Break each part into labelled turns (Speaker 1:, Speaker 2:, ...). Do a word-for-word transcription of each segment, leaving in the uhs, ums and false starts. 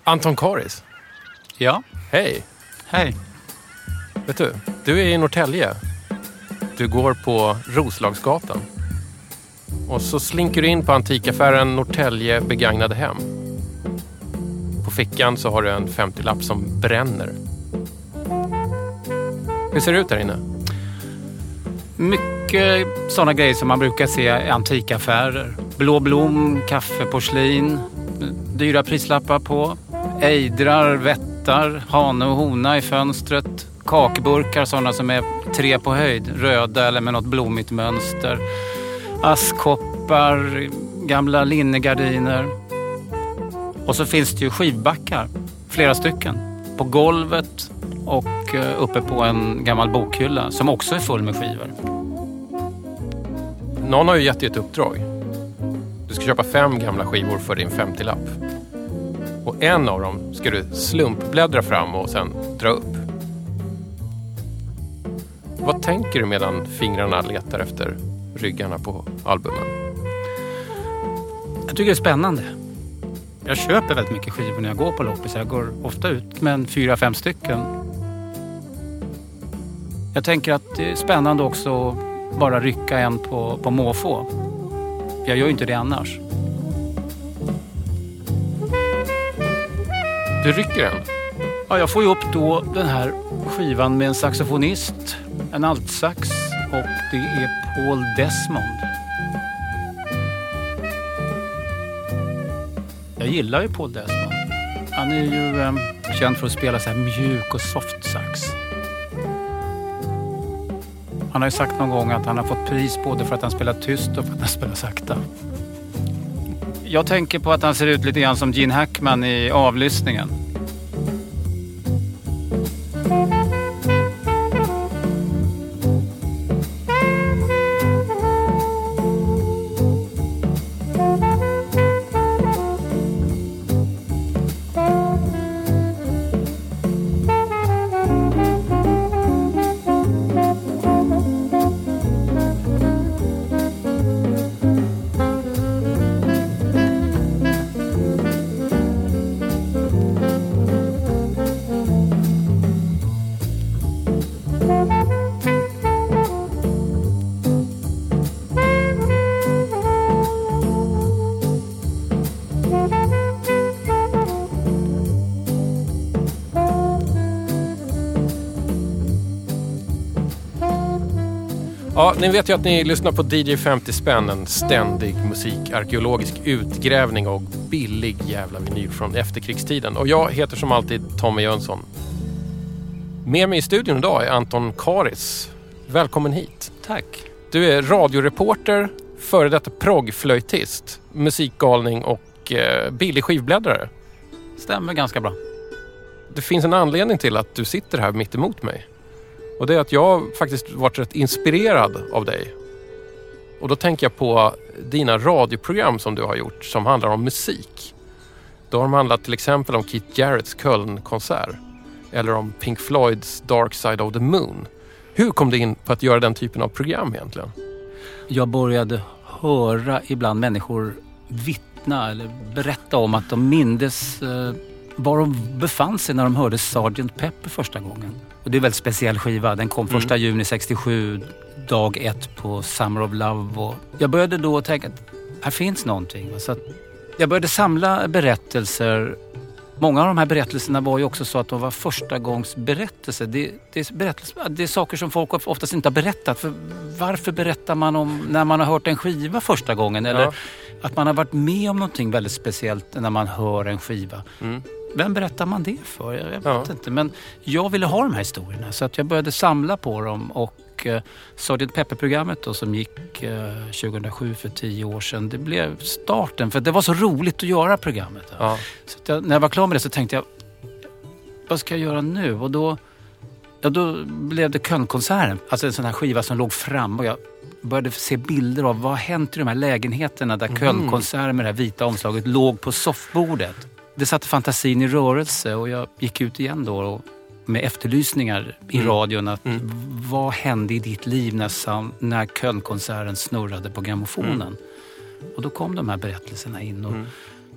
Speaker 1: Anton Karis.
Speaker 2: Ja.
Speaker 1: Hej.
Speaker 2: Hej.
Speaker 1: Vet du, du är i Norrtälje. Du går på Roslagsgatan. Och så slinker du in på antikaffären Norrtälje begagnade hem. På fickan så har du en femtiolapp som bränner. Hur ser det ut där inne?
Speaker 2: Mycket sådana grejer som man brukar se i antikaffärer. Blå blom, kaffeporslin, dyra prislappar på. Ejdrar, vättar, hane och hona i fönstret. Kakburkar, sådana som är tre på höjd, röda eller med något blommigt mönster. Askkoppar, gamla linnegardiner. Och så finns det ju skivbackar, flera stycken, på golvet och uppe på en gammal bokhylla som också är full med skivor.
Speaker 1: Någon har ju gett dig ett uppdrag. Du ska köpa fem gamla skivor för din femtiolapp. Och en av dem ska du slumpbläddra fram och sen dra upp. Vad tänker du medan fingrarna letar efter ryggarna på albumen?
Speaker 2: Jag tycker det är spännande. Jag köper väldigt mycket skivor när jag går på loppis. Jag går ofta ut med en fyra, fem stycken. Jag tänker att det är spännande också att bara rycka en på, på måfå. Jag gör ju inte det annars.
Speaker 1: Du rycker en?
Speaker 2: Ja, jag får ju upp då den här skivan med en saxofonist, en altsax, och det är Paul Desmond. Jag gillar ju Paul Desmond. Han är ju eh, känd för att spela så här mjuk och soft sax. Han har ju sagt någon gång att han har fått pris både för att han spelar tyst och för att han spelar sakta. Jag tänker på att han ser ut lite grann som Gene Hackman i Avlyssningen.
Speaker 1: Ja, ni vet ju att ni lyssnar på D J femtio spänn, en ständig musikarkeologisk utgrävning och billig jävla vinyl från efterkrigstiden. Och jag heter som alltid Tommy Jönsson. Med mig i studion idag är Anton Karis. Välkommen hit.
Speaker 2: Tack.
Speaker 1: Du är radioreporter, före detta proggflöjtist, musikgalning och eh, billig skivbläddrare.
Speaker 2: Stämmer ganska bra.
Speaker 1: Det finns en anledning till att du sitter här mitt emot mig. Och det är att jag faktiskt varit rätt inspirerad av dig. Och då tänker jag på dina radioprogram som du har gjort som handlar om musik. Då har de handlat till exempel om Keith Jarretts Köln-konsert. Eller om Pink Floyds Dark Side of the Moon. Hur kom du in på att göra den typen av program egentligen?
Speaker 2: Jag började höra ibland människor vittna eller berätta om att de mindes eh, var de befann sig när de hörde sergeant Pepper första gången. Och det är en väldigt speciell skiva. Den kom
Speaker 1: Mm.
Speaker 2: första juni sextiosju, dag ett på Summer of Love. Och jag började då tänka att här finns någonting. Så att jag började samla berättelser. Många av de här berättelserna var ju också så att de var första gångs berättelser. Det, det, är berättelser. Det är saker som folk oftast inte har berättat. För varför berättar man om när man har hört en skiva första gången? Eller
Speaker 1: Ja.
Speaker 2: att man har varit med om någonting väldigt speciellt när man hör en skiva.
Speaker 1: Mm.
Speaker 2: Vem berättar man det för? Jag vet
Speaker 1: Ja.
Speaker 2: inte. Men jag ville ha de här historierna. Så att jag började samla på dem. Och eh, sergeant Pepper-programmet då, som gick eh, tjugohundrasju för tio år sedan. Det blev starten. För det var så roligt att göra programmet.
Speaker 1: Ja.
Speaker 2: Så att jag, när jag var klar med det så tänkte jag, vad ska jag göra nu? Och då, ja, då blev det Kölnkonserten. Alltså en sån här skiva som låg fram. Och jag började se bilder av vad har hänt i de här lägenheterna där
Speaker 1: Mm.
Speaker 2: Kölnkonserten med det här vita omslaget låg på soffbordet. Det satte fantasin i rörelse och jag gick ut igen då och med efterlysningar i
Speaker 1: Mm.
Speaker 2: radion att
Speaker 1: Mm.
Speaker 2: vad hände i ditt liv när, sam- när Kölnkonserten snurrade på grammofonen?
Speaker 1: Mm.
Speaker 2: Och då kom de här berättelserna in och
Speaker 1: Mm.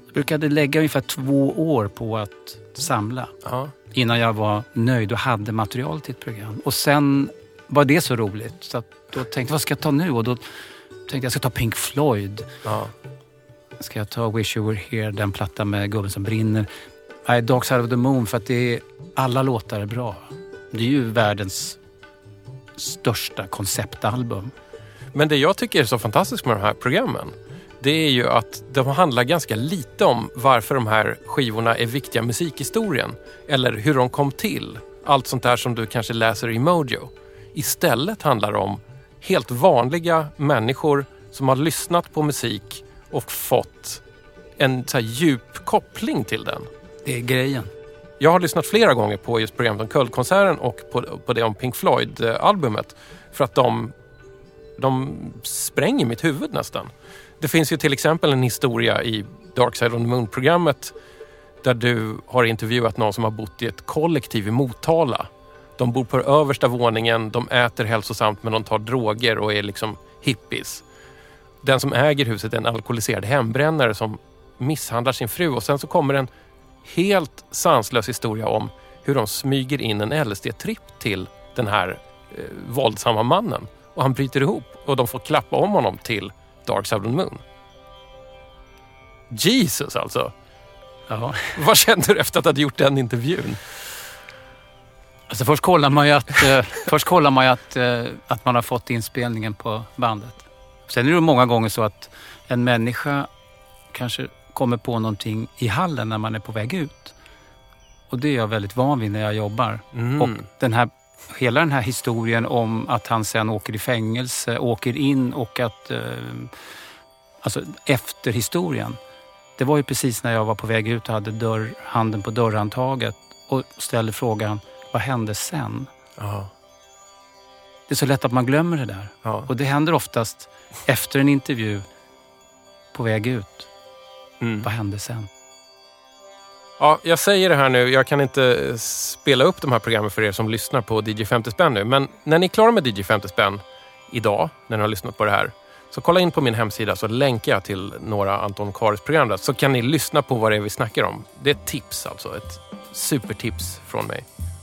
Speaker 2: Jag brukade lägga ungefär två år på att samla.
Speaker 1: Ja.
Speaker 2: Innan jag var nöjd och hade material till ett program. Och sen var det så roligt. Så att då tänkte jag, vad ska jag ta nu? Och då tänkte jag, jag ska ta Pink Floyd.
Speaker 1: Ja.
Speaker 2: Ska jag ta Wish You Were Here, den platta med Gubben som brinner. Nej, Dark Side of the Moon, för att det är, alla låtar är bra. Det är ju världens största konceptalbum.
Speaker 1: Men det jag tycker är så fantastiskt med de här programmen, det är ju att de handlar ganska lite om varför de här skivorna är viktiga musikhistorien. Eller hur de kom till. Allt sånt där som du kanske läser i Mojo. Istället handlar det om helt vanliga människor som har lyssnat på musik och fått en så här djup koppling till den.
Speaker 2: Det är grejen.
Speaker 1: Jag har lyssnat flera gånger på just programmet om Köldkonserten och på, på det om Pink Floyd-albumet. För att de, de spränger mitt huvud nästan. Det finns ju till exempel en historia i Dark Side of the Moon-programmet där du har intervjuat någon som har bott i ett kollektiv i Motala. De bor på översta våningen, de äter hälsosamt men de tar droger och är liksom hippies. Den som äger huset är en alkoholiserad hembrännare som misshandlar sin fru, och sen så kommer en helt sanslös historia om hur de smyger in en L S D-tripp till den här eh, våldsamma mannen. Och han bryter ihop och de får klappa om honom till Dark Side of the Moon. Jesus alltså!
Speaker 2: Ja.
Speaker 1: Vad kände du efter att du hade gjort den intervjun?
Speaker 2: Alltså först kollar man ju att, eh, först kollar man ju att, eh, att man har fått inspelningen på bandet. Sen är det många gånger så att en människa kanske kommer på någonting i hallen när man är på väg ut. Och det är jag väldigt van vid när jag jobbar.
Speaker 1: Mm.
Speaker 2: Och den här, hela den här historien om att han sen åker i fängelse, åker in och att... Eh, alltså efter historien. Det var ju precis när jag var på väg ut och hade dörr, handen på dörrhandtaget och ställde frågan, vad hände sen?
Speaker 1: Ja.
Speaker 2: Det är så lätt att man glömmer det där.
Speaker 1: Ja.
Speaker 2: Och det händer oftast efter en intervju på väg ut.
Speaker 1: Mm.
Speaker 2: Vad hände sen?
Speaker 1: Ja, jag säger det här nu. Jag kan inte spela upp de här programmen för er som lyssnar på D J femtio spänn nu. Men när ni är klara med D J femtio spänn idag, när ni har lyssnat på det här, så kolla in på min hemsida så länkar jag till några Anton Kares program där, så kan ni lyssna på vad det är vi snackar om. Det är ett tips alltså, ett supertips från mig.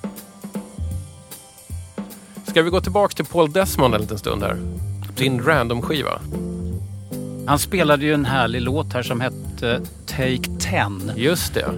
Speaker 1: Ska vi gå tillbaka till Paul Desmond en liten stund här? Din random-skiva.
Speaker 2: Han spelade ju en härlig låt här som hette Take ten.
Speaker 1: Just det.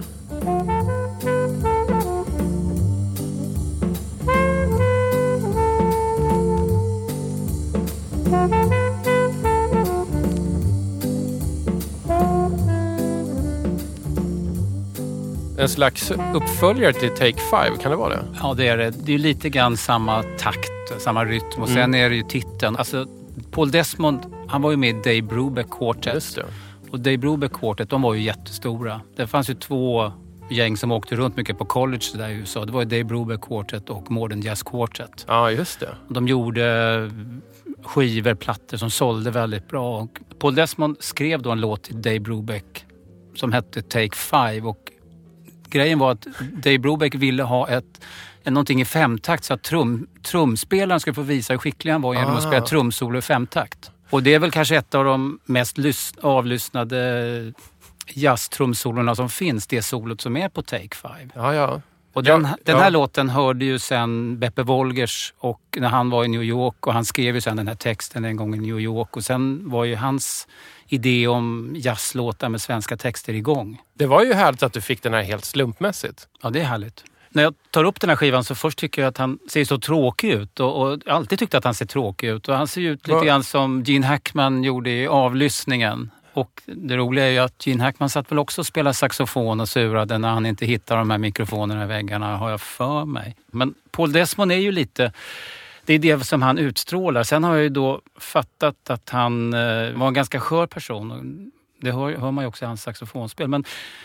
Speaker 1: En slags uppföljare till Take Five, kan det vara det?
Speaker 2: Ja, det är det. Det är ju lite grann samma takt, samma rytm. Och sen
Speaker 1: Mm.
Speaker 2: är det ju titeln. Alltså, Paul Desmond, han var ju med i Dave Brubeck Quartet.
Speaker 1: Just det.
Speaker 2: Och Dave Brubeck Quartet, de var ju jättestora. Det fanns ju två gäng som åkte runt mycket på college där i U S A. Det var ju Dave Brubeck Quartet och Modern Jazz Quartet.
Speaker 1: Ja, just det.
Speaker 2: De gjorde skivor, plattor som sålde väldigt bra. Och Paul Desmond skrev då en låt till Dave Brubeck som hette Take Five. Och grejen var att Dave Brubeck ville ha ett, någonting i femtakt så att trum, trumspelaren skulle få visa hur skicklig han var genom
Speaker 1: Ah.
Speaker 2: att spela trumsolo i femtakt. Och det är väl kanske ett av de mest lys- avlyssnade jazz-trumsolorna som finns, det solot som är på Take Five.
Speaker 1: Ja, ja.
Speaker 2: Och den,
Speaker 1: Ja,
Speaker 2: den här
Speaker 1: ja.
Speaker 2: låten hörde ju sen Beppe Wolgers, och när han var i New York, och han skrev ju sen den här texten en gång i New York, och sen var ju hans idé om jazzlåtar med svenska texter igång.
Speaker 1: Det var ju härligt att du fick den här helt slumpmässigt.
Speaker 2: Ja, det är härligt. När jag tar upp den här skivan så först tycker jag att han ser så tråkig ut, och, och jag har alltid tyckt att han ser tråkig ut, och han ser ut lite
Speaker 1: Va?
Speaker 2: grann som Gene Hackman gjorde i Avlyssningen. Och det roliga är ju att Gene Hackman satt väl också och spelade saxofon och surade när han inte hittar de här mikrofonerna i väggarna, har jag för mig. Men Paul Desmond är ju lite, det är det som han utstrålar. Sen har jag ju då fattat att han eh, var en ganska skör person. Och det hör, hör man ju också i hans saxofonspel. Men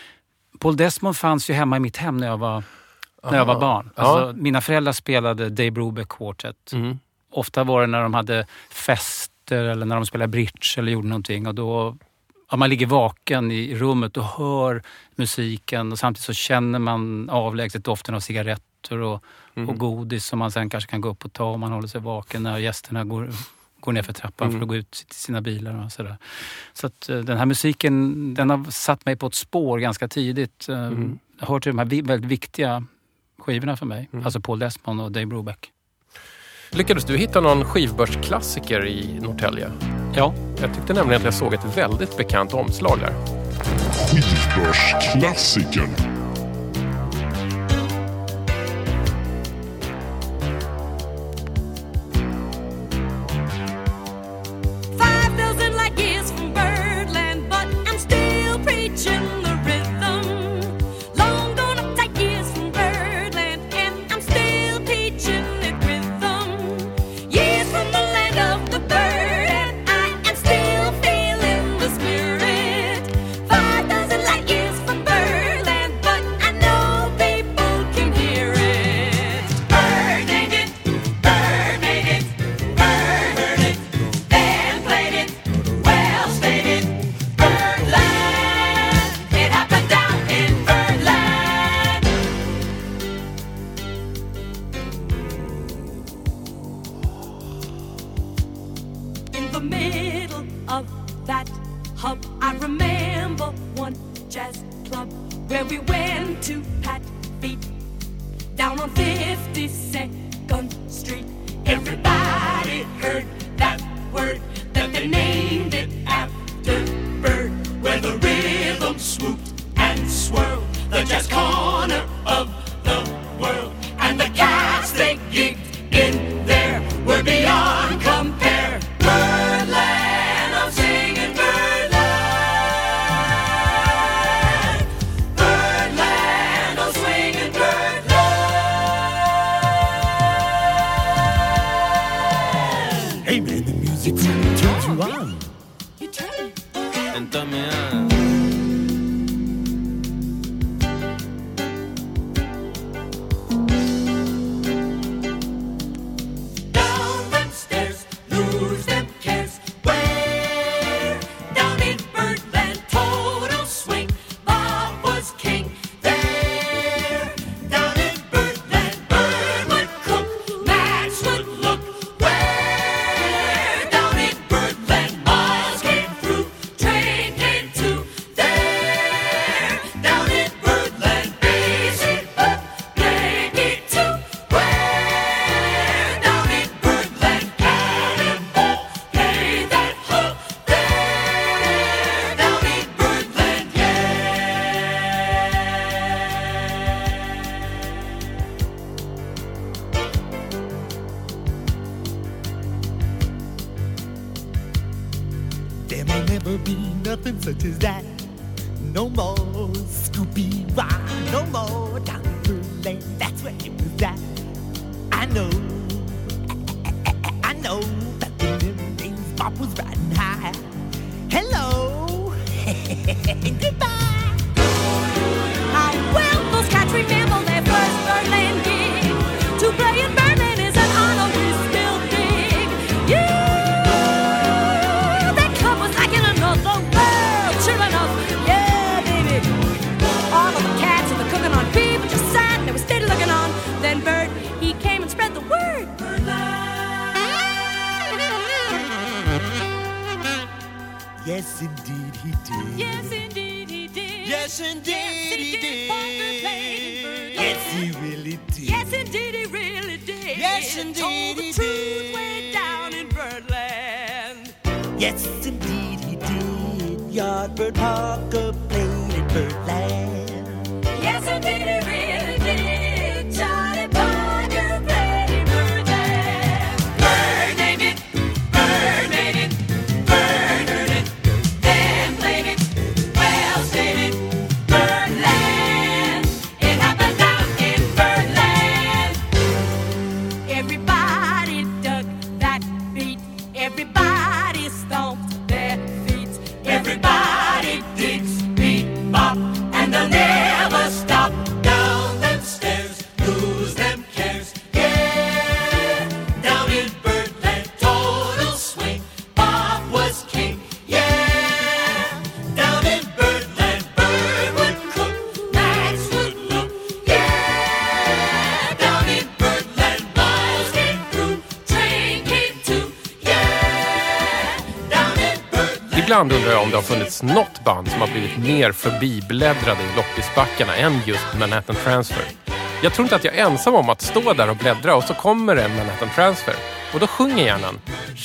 Speaker 2: Paul Desmond fanns ju hemma i mitt hem när jag var, när jag var barn. Alltså,
Speaker 1: Ja.
Speaker 2: Mina föräldrar spelade Dave Brubeck Quartet.
Speaker 1: Mm.
Speaker 2: Ofta var det när de hade fester eller när de spelade bridge eller gjorde någonting, och då, ja, man ligger vaken i rummet och hör musiken, och samtidigt så känner man avlägset doften av cigaretter och,
Speaker 1: Mm.
Speaker 2: och godis som man sen kanske kan gå upp och ta om man håller sig vaken när gästerna går, går ner för trappan
Speaker 1: Mm.
Speaker 2: för att gå ut till sina bilar och sådär. Så att uh, den här musiken, den har satt mig på ett spår ganska tidigt. Uh,
Speaker 1: Mm.
Speaker 2: Jag hör till de här vi- väldigt viktiga skivorna för mig.
Speaker 1: Mm.
Speaker 2: Alltså Paul Desmond och Dave Brubeck.
Speaker 1: Lyckades du hitta någon skivbörsklassiker i Norrtälje?
Speaker 2: Ja.
Speaker 1: Jag tyckte nämligen att jag såg ett väldigt bekant omslag där.
Speaker 3: Skivbörsklassiker.
Speaker 4: Five thousand light years from Birdland, but I'm still preaching the rhythm. Long gone uptight years from Birdland, and I'm still teaching it rhythm. Years from the land of the bird, and I am still feeling the spirit. Five thousand light years from Birdland, but I know people can hear it. Bird named it, bird made it, bird heard it, then played it, well stated. Birdland, it happened down in Birdland. In the middle of that hub, I remember one jazz club where we went to pat feet down on fifty-second Street. Everybody heard that word, that they named it after Bird, where the rhythm swooped and swirled, the jazz corner of the world. And the cats they gigged in there were beyond compare. Birdland, I'm singing Birdland. Birdland, I'm swinging Birdland.
Speaker 5: Hey man, the music really turns you on.
Speaker 4: You turn.
Speaker 5: Cuéntame.
Speaker 4: Down them stairs, lose them cares. Where? Down in Birdland, total swing. Bob was king there. Down in Birdland, Bird would cook, Max would look. Where? Down in Birdland, Mars came through, train came to. There. Down in Birdland, basic book, Yankee too. Where? Down in Birdland, cannonball, play that hook. There. Down in Birdland,
Speaker 5: There may never be nothing such as that. No more Scooby Wah, no more Doctor Lane. That's where it was at. I know, I know that in them days Bob was riding high. Hello, goodbye.
Speaker 4: How well those cats remember their first Birdland gig. To play in Birdland is an honor we still dig. Yeah, that club was like in another world. Sure enough, yeah, baby. All of the cats and the cooking on people just sat and they were steady looking on. Then Bird, he came and spread the word. Birdland.
Speaker 5: Yes, indeed he did.
Speaker 4: Yes, indeed he did.
Speaker 5: Yes, indeed he did.
Speaker 4: Parker played in Birdland.
Speaker 5: Yes, he really did.
Speaker 4: Yes, indeed, he really did.
Speaker 5: Yes, indeed,
Speaker 4: Told the
Speaker 5: he
Speaker 4: truth
Speaker 5: did.
Speaker 4: way down in Birdland.
Speaker 5: Yes, indeed he did. Yardbird Parker played in Birdland.
Speaker 4: Yes, indeed, he really did. Johnny Parker played in Birdland. Bird named it, Bird made it, Bird heard it, then played it, well stated. Birdland, it happened down in Birdland. Everybody dug that beat. Everybody stomped their feet. Everybody digs beat bop, and the
Speaker 1: ibland undrar jag om det har funnits något band som har blivit mer förbibläddrade i loppisbackarna än just Manhattan Transfer. Jag tror inte att jag är ensam om att stå där och bläddra och så kommer en Manhattan Transfer. Och då sjunger hjärnan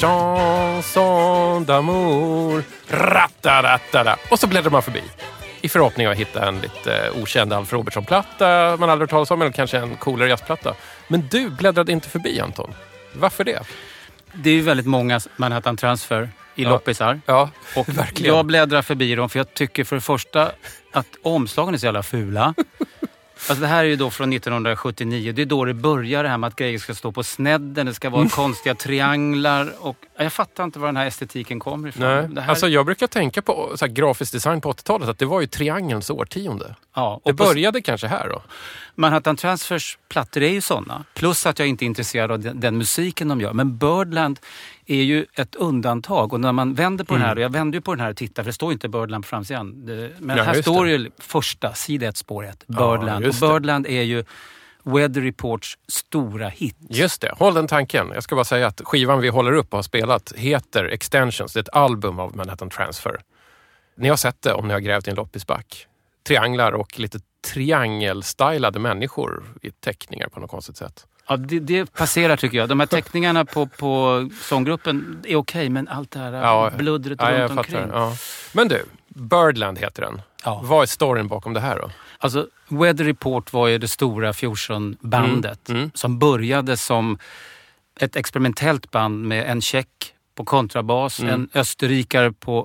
Speaker 1: Chanson d'amour rattarattara. Och så bläddrar man förbi. I förhoppning att hitta en lite okänd Alf Robertson-platta man aldrig hört talas om, eller kanske en coolare jazzplatta. Men du bläddrade inte förbi, Anton. Varför det?
Speaker 2: Det är ju väldigt många Manhattan Transfer i ja. loppisar.
Speaker 1: Ja,
Speaker 2: och
Speaker 1: verkligen.
Speaker 2: Jag bläddrar förbi dem för jag tycker för det första att omslagen är så jävla fula. Alltså det här är ju då från nittonhundrasjuttionio. Det är då det börjar det här med att grejer ska stå på snedden. Det ska vara mm. konstiga trianglar. Och jag fattar inte var den här estetiken kommer ifrån.
Speaker 1: Nej.
Speaker 2: Det här...
Speaker 1: Alltså jag brukar tänka på så här, grafisk design på åttiotalet. Att det var ju triangelns årtionde.
Speaker 2: Ja,
Speaker 1: det började på... kanske här då.
Speaker 2: Manhattan Transfers plattor är ju sådana. Plus att jag inte är intresserad av den, den musiken de gör. Men Birdland är ju ett undantag. Och när man vänder på mm. den här, och jag vänder ju på den här och tittar, för det står inte Birdland på framsidan. Det, men ja, här står det ju första, sida ett, spår ett, Birdland. Ja, och Birdland är ju Weather Reports stora hit.
Speaker 1: Just det, håll den tanken. Jag ska bara säga att skivan vi håller upp och har spelat heter Extensions. Det är ett album av Manhattan Transfer. Ni har sett det om ni har grävt i en loppisback. Trianglar och lite triangelstilade människor i teckningar på något konstigt sätt.
Speaker 2: Ja, det, det passerar tycker jag. De här teckningarna på, på sånggruppen är okej, men allt det här ja, bluddret
Speaker 1: ja,
Speaker 2: runt omkring.
Speaker 1: Ja. Men du, Birdland heter den. Ja. Vad är storyn bakom det här då?
Speaker 2: Alltså, Weather Report var ju det stora fusionbandet mm. Mm. som började som ett experimentellt band med en tjeck på kontrabas, mm. en österrikare på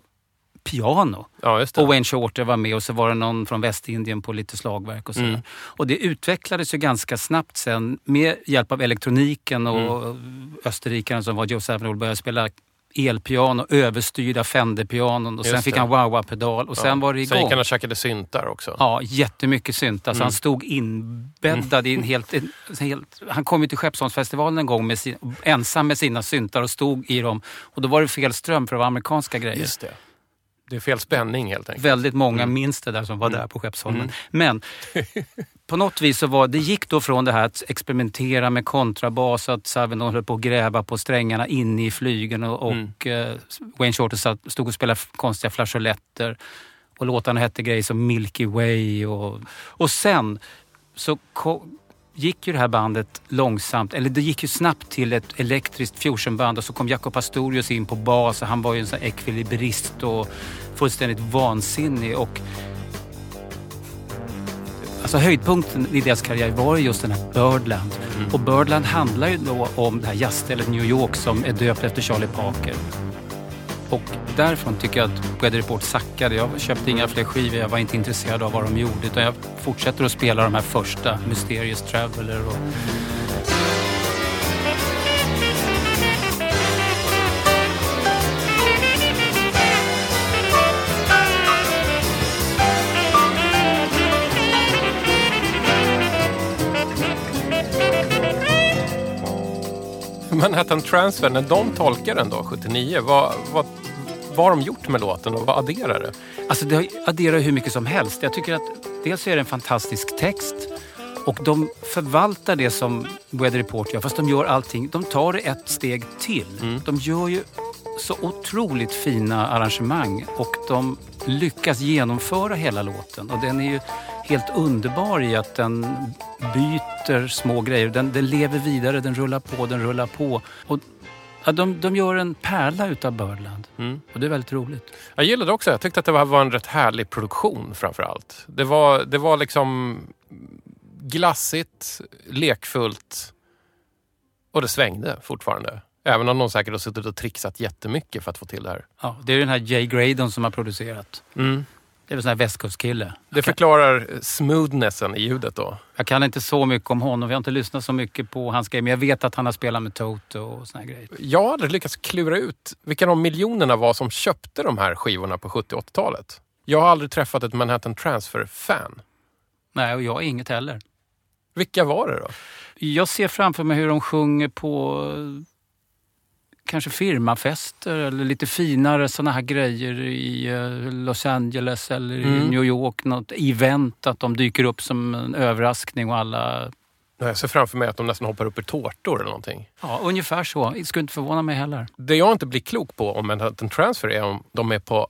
Speaker 2: piano.
Speaker 1: Ja, just det.
Speaker 2: Och Wayne Shorter var med och så var det någon från Västindien på lite slagverk och så. Mm. Och det utvecklades ju ganska snabbt sen med hjälp av elektroniken och mm. österrikaren som var Joe Zawinul började spela elpiano, överstyrda Fender-pianon och just sen fick det. han wah-wah-pedal och ja. sen var det igång.
Speaker 1: Sen gick han och käkade syntar också.
Speaker 2: Ja, jättemycket syntar. Mm. Så han stod inbäddad mm. i en helt... En, helt han kom ju till Skeppsholmsfestivalen en gång med sin, ensam med sina syntar och stod i dem. Och då var det fel ström för det var amerikanska grejer.
Speaker 1: Just det. Det är fel spänning helt enkelt.
Speaker 2: Väldigt många mm. minns det där som var mm. där på Skeppsholmen. Mm. Men på något vis så var det gick då från det här att experimentera med kontrabas, att Zawinul höll på att gräva på strängarna inne i flygen och, mm. och uh, Wayne Shorter stod och spelade konstiga flageoletter och låtarna hette grejer som Milky Way och, och sen så kom, gick ju det här bandet långsamt, eller det gick ju snabbt till ett elektriskt fusionband och så kom Jaco Pastorius in på bas och han var ju en sån här ekvilibrist och fullständigt vansinnig och alltså höjdpunkten i deras karriär var just den här Birdland. Mm. Och Birdland handlar ju då om det här jazzstället New York som är döpt efter Charlie Parker. Och därifrån tycker jag att Weather Report sackade. Jag köpte inga fler skivor, jag var inte intresserad av vad de gjorde. Utan jag fortsätter att spela de här första, Mysterious Traveler och...
Speaker 1: Manhattan Transfer, när de tolkar den då, sjuttionio, vad, vad, vad har de gjort med låten och vad adderar det?
Speaker 2: Alltså det adderar hur mycket som helst. Jag tycker att dels är det en fantastisk text och de förvaltar det som Weather Report gör, fast de gör allting, de tar det ett steg till. Mm. De gör ju så otroligt fina arrangemang och de lyckas genomföra hela låten och den är ju helt underbar i att den byter små grejer. Den, den lever vidare, den rullar på, den rullar på. Och ja, de, de gör en pärla utav Birdland. Mm. Och det är väldigt roligt.
Speaker 1: Jag gillade också, jag tyckte att det var en rätt härlig produktion framförallt. Det var, det var liksom glassigt, lekfullt och det svängde fortfarande. Även om någon säkert har suttit och trixat jättemycket för att få till det här.
Speaker 2: Ja, det är den här Jay Graydon som har producerat. Mm. Det är en sån här västkostkille.
Speaker 1: Det förklarar smoothnessen i ljudet då.
Speaker 2: Jag kan inte så mycket om honom. Vi har inte lyssnat så mycket på hans grejer. Men jag vet att han har spelat med Toto och såna här grejer.
Speaker 1: Jag hade lyckats klura ut vilka de miljonerna var som köpte de här skivorna på sjuttio- och åttiotalet. Jag har aldrig träffat ett Manhattan Transfer-fan.
Speaker 2: Nej, och jag är inget heller.
Speaker 1: Vilka var det då?
Speaker 2: Jag ser framför mig hur de sjunger på... kanske firmafester eller lite finare såna här grejer i Los Angeles eller mm. i New York. Något event att de dyker upp som en överraskning och alla...
Speaker 1: Jag ser framför mig att de nästan hoppar upp i tårtor eller någonting.
Speaker 2: Ja, ungefär så. Det skulle inte förvåna mig heller.
Speaker 1: Det jag inte blir klok på om Manhattan Transfer är om de är på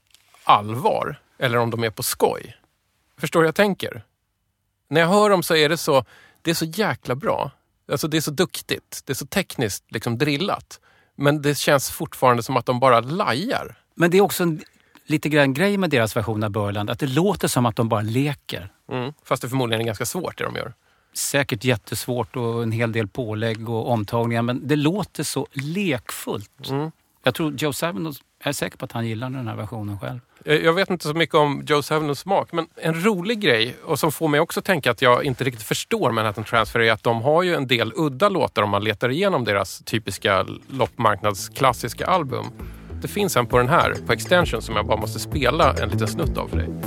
Speaker 1: allvar eller om de är på skoj. Förstår jag tänker? När jag hör dem så är det så, det är så jäkla bra. Alltså det är så duktigt, det är så tekniskt liksom drillat. Men det känns fortfarande som att de bara lajar.
Speaker 2: Men det är också en lite grann grej med deras version av Birdland, att det låter som att de bara leker.
Speaker 1: Mm, fast det förmodligen är ganska svårt det de gör.
Speaker 2: Säkert jättesvårt och en hel del pålägg och omtagningar, men det låter så lekfullt.
Speaker 1: Mm.
Speaker 2: Jag tror Joe Zawinul, jag är säker på att han gillar den här versionen själv.
Speaker 1: Jag vet inte så mycket om Joe Zavinuls smak, men en rolig grej och som får mig också tänka att jag inte riktigt förstår Manhattan Transfer är att de har ju en del udda låtar om man letar igenom deras typiska loppmarknadsklassiska album. Det finns en på den här, på Extension, som jag bara måste spela en liten snutt av för dig.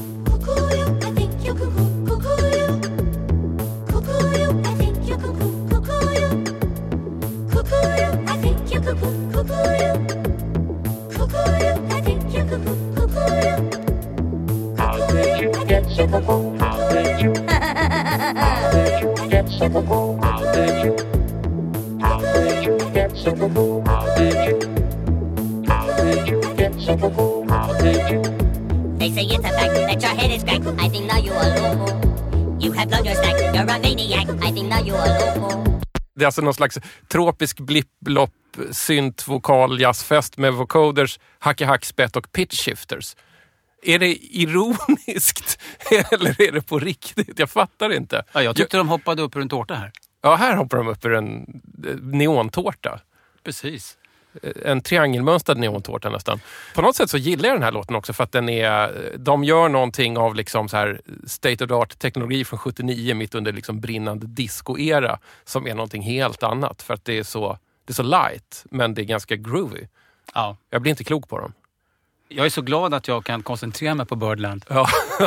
Speaker 3: They say it's a fact that your head is cracked. I think now you are loco. You have blown your stack. You're a maniac. I think now you are loco.
Speaker 1: Det är alltså någon slags tropisk blipplopp, synt, vokal, jazzfest med vocoders, hacke-hack-spett och pitch shifters. Är det ironiskt eller är det på riktigt? Jag fattar inte.
Speaker 2: Ja, jag tyckte jag... de hoppade upp ur en tårta här.
Speaker 1: Ja, här hoppar de upp ur en neontårta.
Speaker 2: Precis.
Speaker 1: En triangelmönstrad neontårta nästan. På något sätt så gillar jag den här låten också för att den är, de gör någonting av liksom så här state of the art teknologi från sjuttionio mitt under liksom brinnande disco-era som är någonting helt annat för att det är så, det är så light men det är ganska groovy.
Speaker 2: Ja.
Speaker 1: Jag blir inte klok på dem.
Speaker 2: Jag är så glad att jag kan koncentrera mig på Birdland.
Speaker 1: Ja.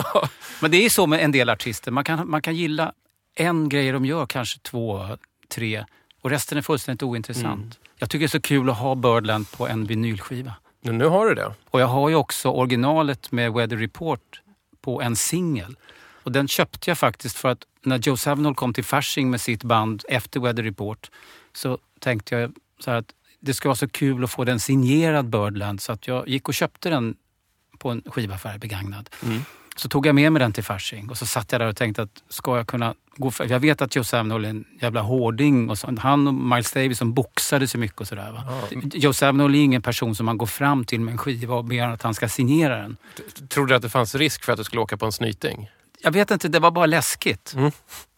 Speaker 2: Men det är så med en del artister. Man kan, man kan gilla en grej de gör, kanske två, tre och resten är fullständigt ointressant. Mm. Jag tycker det är så kul att ha Birdland på en vinylskiva.
Speaker 1: Men nu har du det.
Speaker 2: Och jag har ju också originalet med Weather Report på en singel. Och den köpte jag faktiskt för att när Joe Zawinul kom till Fasching med sitt band efter Weather Report så tänkte jag så här att det ska vara så kul att få den signerad Birdland så att jag gick och köpte den på en skivaffär begagnad. Mm. Så tog jag med mig den till Fasching och så satt jag där och tänkte att ska jag kunna gå för... Jag vet att Joe Zawinul är en jävla hårding och så, han och Miles Davis som boxade så mycket och sådär va. Ja. Joe Zawinul är ingen person som man går fram till med en skiva och ber att han ska signera den.
Speaker 1: Tror du att det fanns risk för att du skulle åka på en snyting?
Speaker 2: Jag vet inte, det var bara läskigt.
Speaker 1: Mm.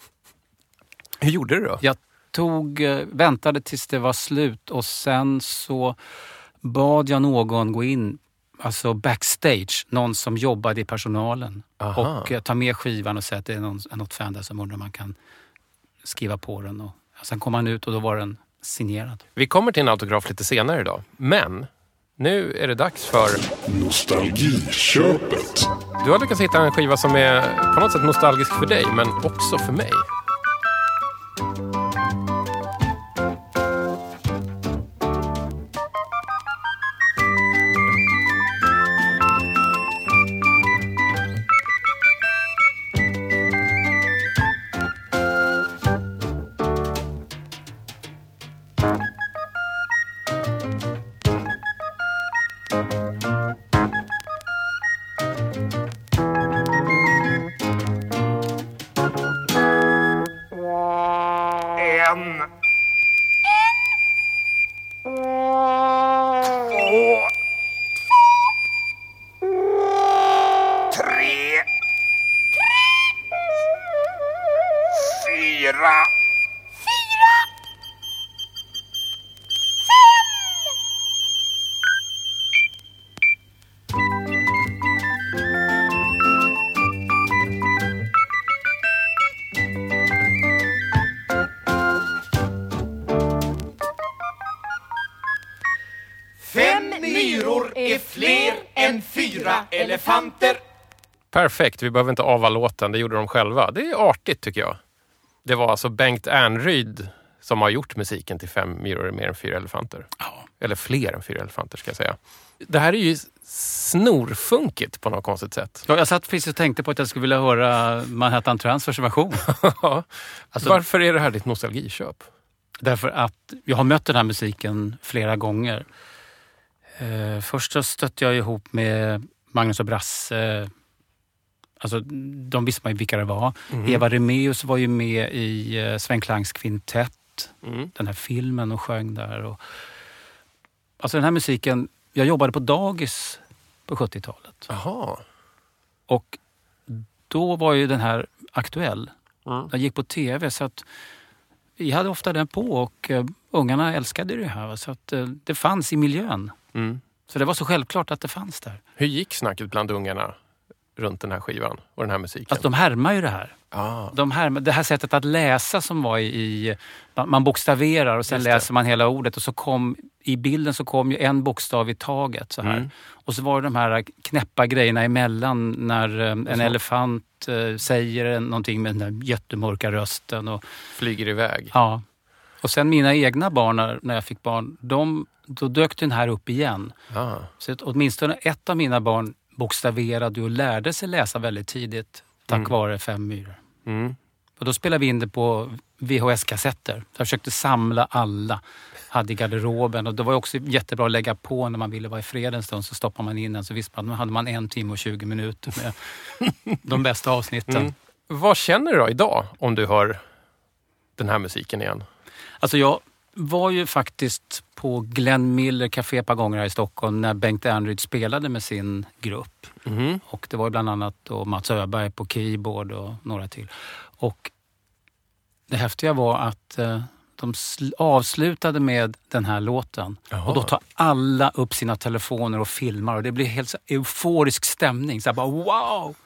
Speaker 1: Hur gjorde du då?
Speaker 2: Jag tog, väntade tills det var slut och sen så bad jag någon gå in, alltså backstage, någon som jobbade i personalen. Aha. Och ta med skivan och säga att det är någon, något fan där som undrar om man kan skriva på den. Och sen kom han ut och då var den signerad.
Speaker 1: Vi kommer till en autograf lite senare idag, men nu är det dags för
Speaker 6: Nostalgiköpet.
Speaker 1: Du har lyckats hitta en skiva som är på något sätt nostalgisk för dig, men också för mig. Elefanter. Perfekt, vi behöver inte ava låten, det gjorde de själva. Det är artigt tycker jag. Det var alltså Bengt Ernryd som har gjort musiken till Fem myror är mer än fyra elefanter.
Speaker 2: Ja.
Speaker 1: Eller fler än fyra elefanter ska jag säga. Det här är ju snorfunkigt på något konstigt sätt.
Speaker 2: Ja, jag satt precis och tänkte på att jag skulle vilja höra Manhattan Transfers version.
Speaker 1: Alltså, varför är det här ditt nostalgiköp?
Speaker 2: Därför att jag har mött den här musiken flera gånger. Eh, först så stötte jag ihop med Magnus och Brasse. Alltså, de visste man ju vilka det var.
Speaker 1: Mm.
Speaker 2: Eva Remeus var ju med i uh, Sven Klangs kvintett.
Speaker 1: Mm.
Speaker 2: Den här filmen och sjöng där. Och, alltså den här musiken, jag jobbade på dagis på sjuttiotalet.
Speaker 1: Jaha.
Speaker 2: Och då var ju den här aktuell.
Speaker 1: Mm.
Speaker 2: Den gick på tv så att vi hade ofta den på och uh, ungarna älskade det här. Så att uh, det fanns i miljön.
Speaker 1: Mm.
Speaker 2: Så det var så självklart att det fanns där.
Speaker 1: Hur gick snacket bland ungarna runt den här skivan och den här musiken?
Speaker 2: Alltså de härmar ju det här.
Speaker 1: Ah.
Speaker 2: De härmar, det här sättet att läsa som var i, i man bokstaverar och sen läser man hela ordet och så kom i bilden så kom ju en bokstav i taget så här. Mm. Och så var det de här knäppa grejerna emellan när en så. elefant uh, säger någonting med den där jättemörka rösten och
Speaker 1: flyger iväg.
Speaker 2: Ja. Och sen mina egna barn när, när jag fick barn, de, då dök den här upp igen.
Speaker 1: Ah.
Speaker 2: Så att åtminstone ett av mina barn bokstaverade och lärde sig läsa väldigt tidigt tack mm. vare Fem myror.
Speaker 1: Mm.
Speaker 2: Och då spelade vi in det på V H S-kassetter. Jag försökte samla alla, hade i garderoben och det var också jättebra att lägga på när man ville vara i fred en stund, så stoppar man in den så visste man att nu hade man en timme och tjugo minuter med de bästa avsnitten.
Speaker 1: Mm. Vad känner du då idag om du hör den här musiken igen?
Speaker 2: Alltså jag var ju faktiskt på Glenn Miller Café ett par gånger här i Stockholm när Bengt Ernryd spelade med sin grupp.
Speaker 1: Mm.
Speaker 2: Och det var bland annat då Mats Öberg på keyboard och några till. Och det häftiga var att eh, de sl- avslutade med den här låten.
Speaker 1: Jaha.
Speaker 2: Och då tar alla upp sina telefoner och filmar och det blir helt så euforisk stämning. Så här bara wow!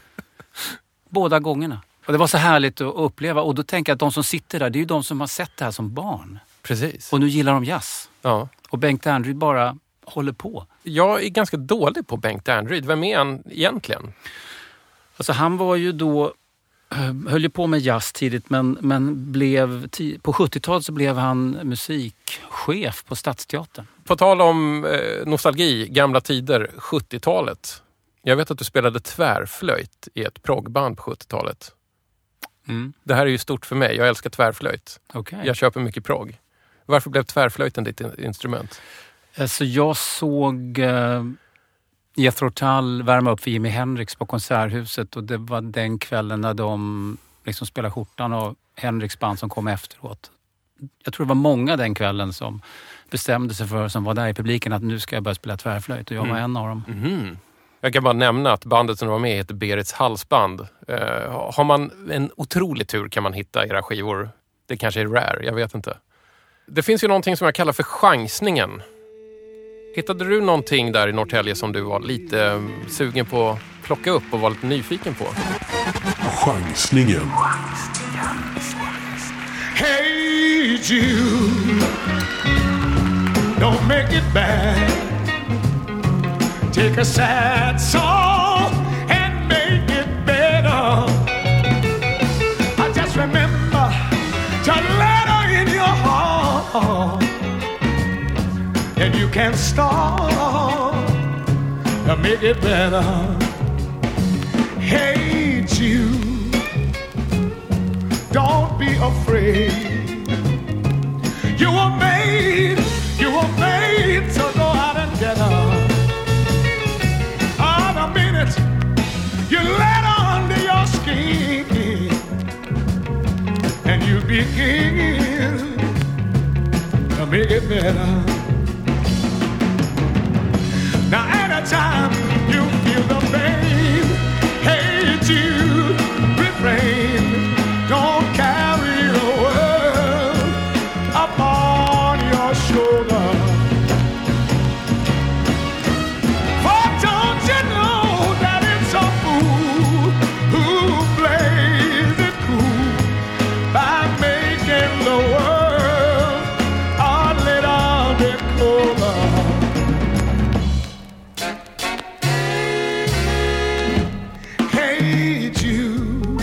Speaker 2: Båda gångerna. Och det var så härligt att uppleva. Och då tänker jag att de som sitter där, det är ju de som har sett det här som barn.
Speaker 1: Precis.
Speaker 2: Och nu gillar de jazz.
Speaker 1: Ja.
Speaker 2: Och Bengt Ernryd bara håller på.
Speaker 1: Jag är ganska dålig på Bengt Ernryd. Vem är han egentligen?
Speaker 2: Alltså han var ju då, höll ju på med jazz tidigt men, men blev, på sjuttiotalet så blev han musikchef på Stadsteatern.
Speaker 1: På tal om eh, nostalgi, gamla tider, sjuttiotalet. Jag vet att du spelade tvärflöjt i ett proggband på sjuttiotalet.
Speaker 2: Mm.
Speaker 1: Det här är ju stort för mig. Jag älskar tvärflöjt.
Speaker 2: Okay.
Speaker 1: Jag köper mycket progg. Varför blev tvärflöjten ditt instrument?
Speaker 2: Alltså jag såg uh, Jethro Tull värma upp för Jimi Hendrix på Konserthuset och det var den kvällen när de liksom spelade skjortan och Hendrix band som kom efteråt. Jag tror det var många den kvällen som bestämde sig för, som var där i publiken, att nu ska jag börja spela tvärflöjt och jag var mm. en av dem.
Speaker 1: Mm. Jag kan bara nämna att bandet som var med heter Berits halsband. Uh, har man en otrolig tur kan man hitta era skivor. Det kanske är rare, jag vet inte. Det finns ju någonting som jag kallar för chansningen. Hittade du någonting där i Norrtälje som du var lite sugen på att plocka upp och var lite nyfiken på?
Speaker 6: Chansningen.
Speaker 5: Hey Jude, don't make it bad. Take a sad song and make it better. I just remember to let her in your heart, and you can start to make it better. Hey Jude, don't be afraid. You were made, you were made to go out and get her. On a minute, you let her under your skin, and you begin to make it better. Now anytime you feel the pain, hey Jude, refrain. Don't carry the world upon your shoulder. For don't you know that it's a fool who plays it cool by making the world a little bit colder. Hey Jude,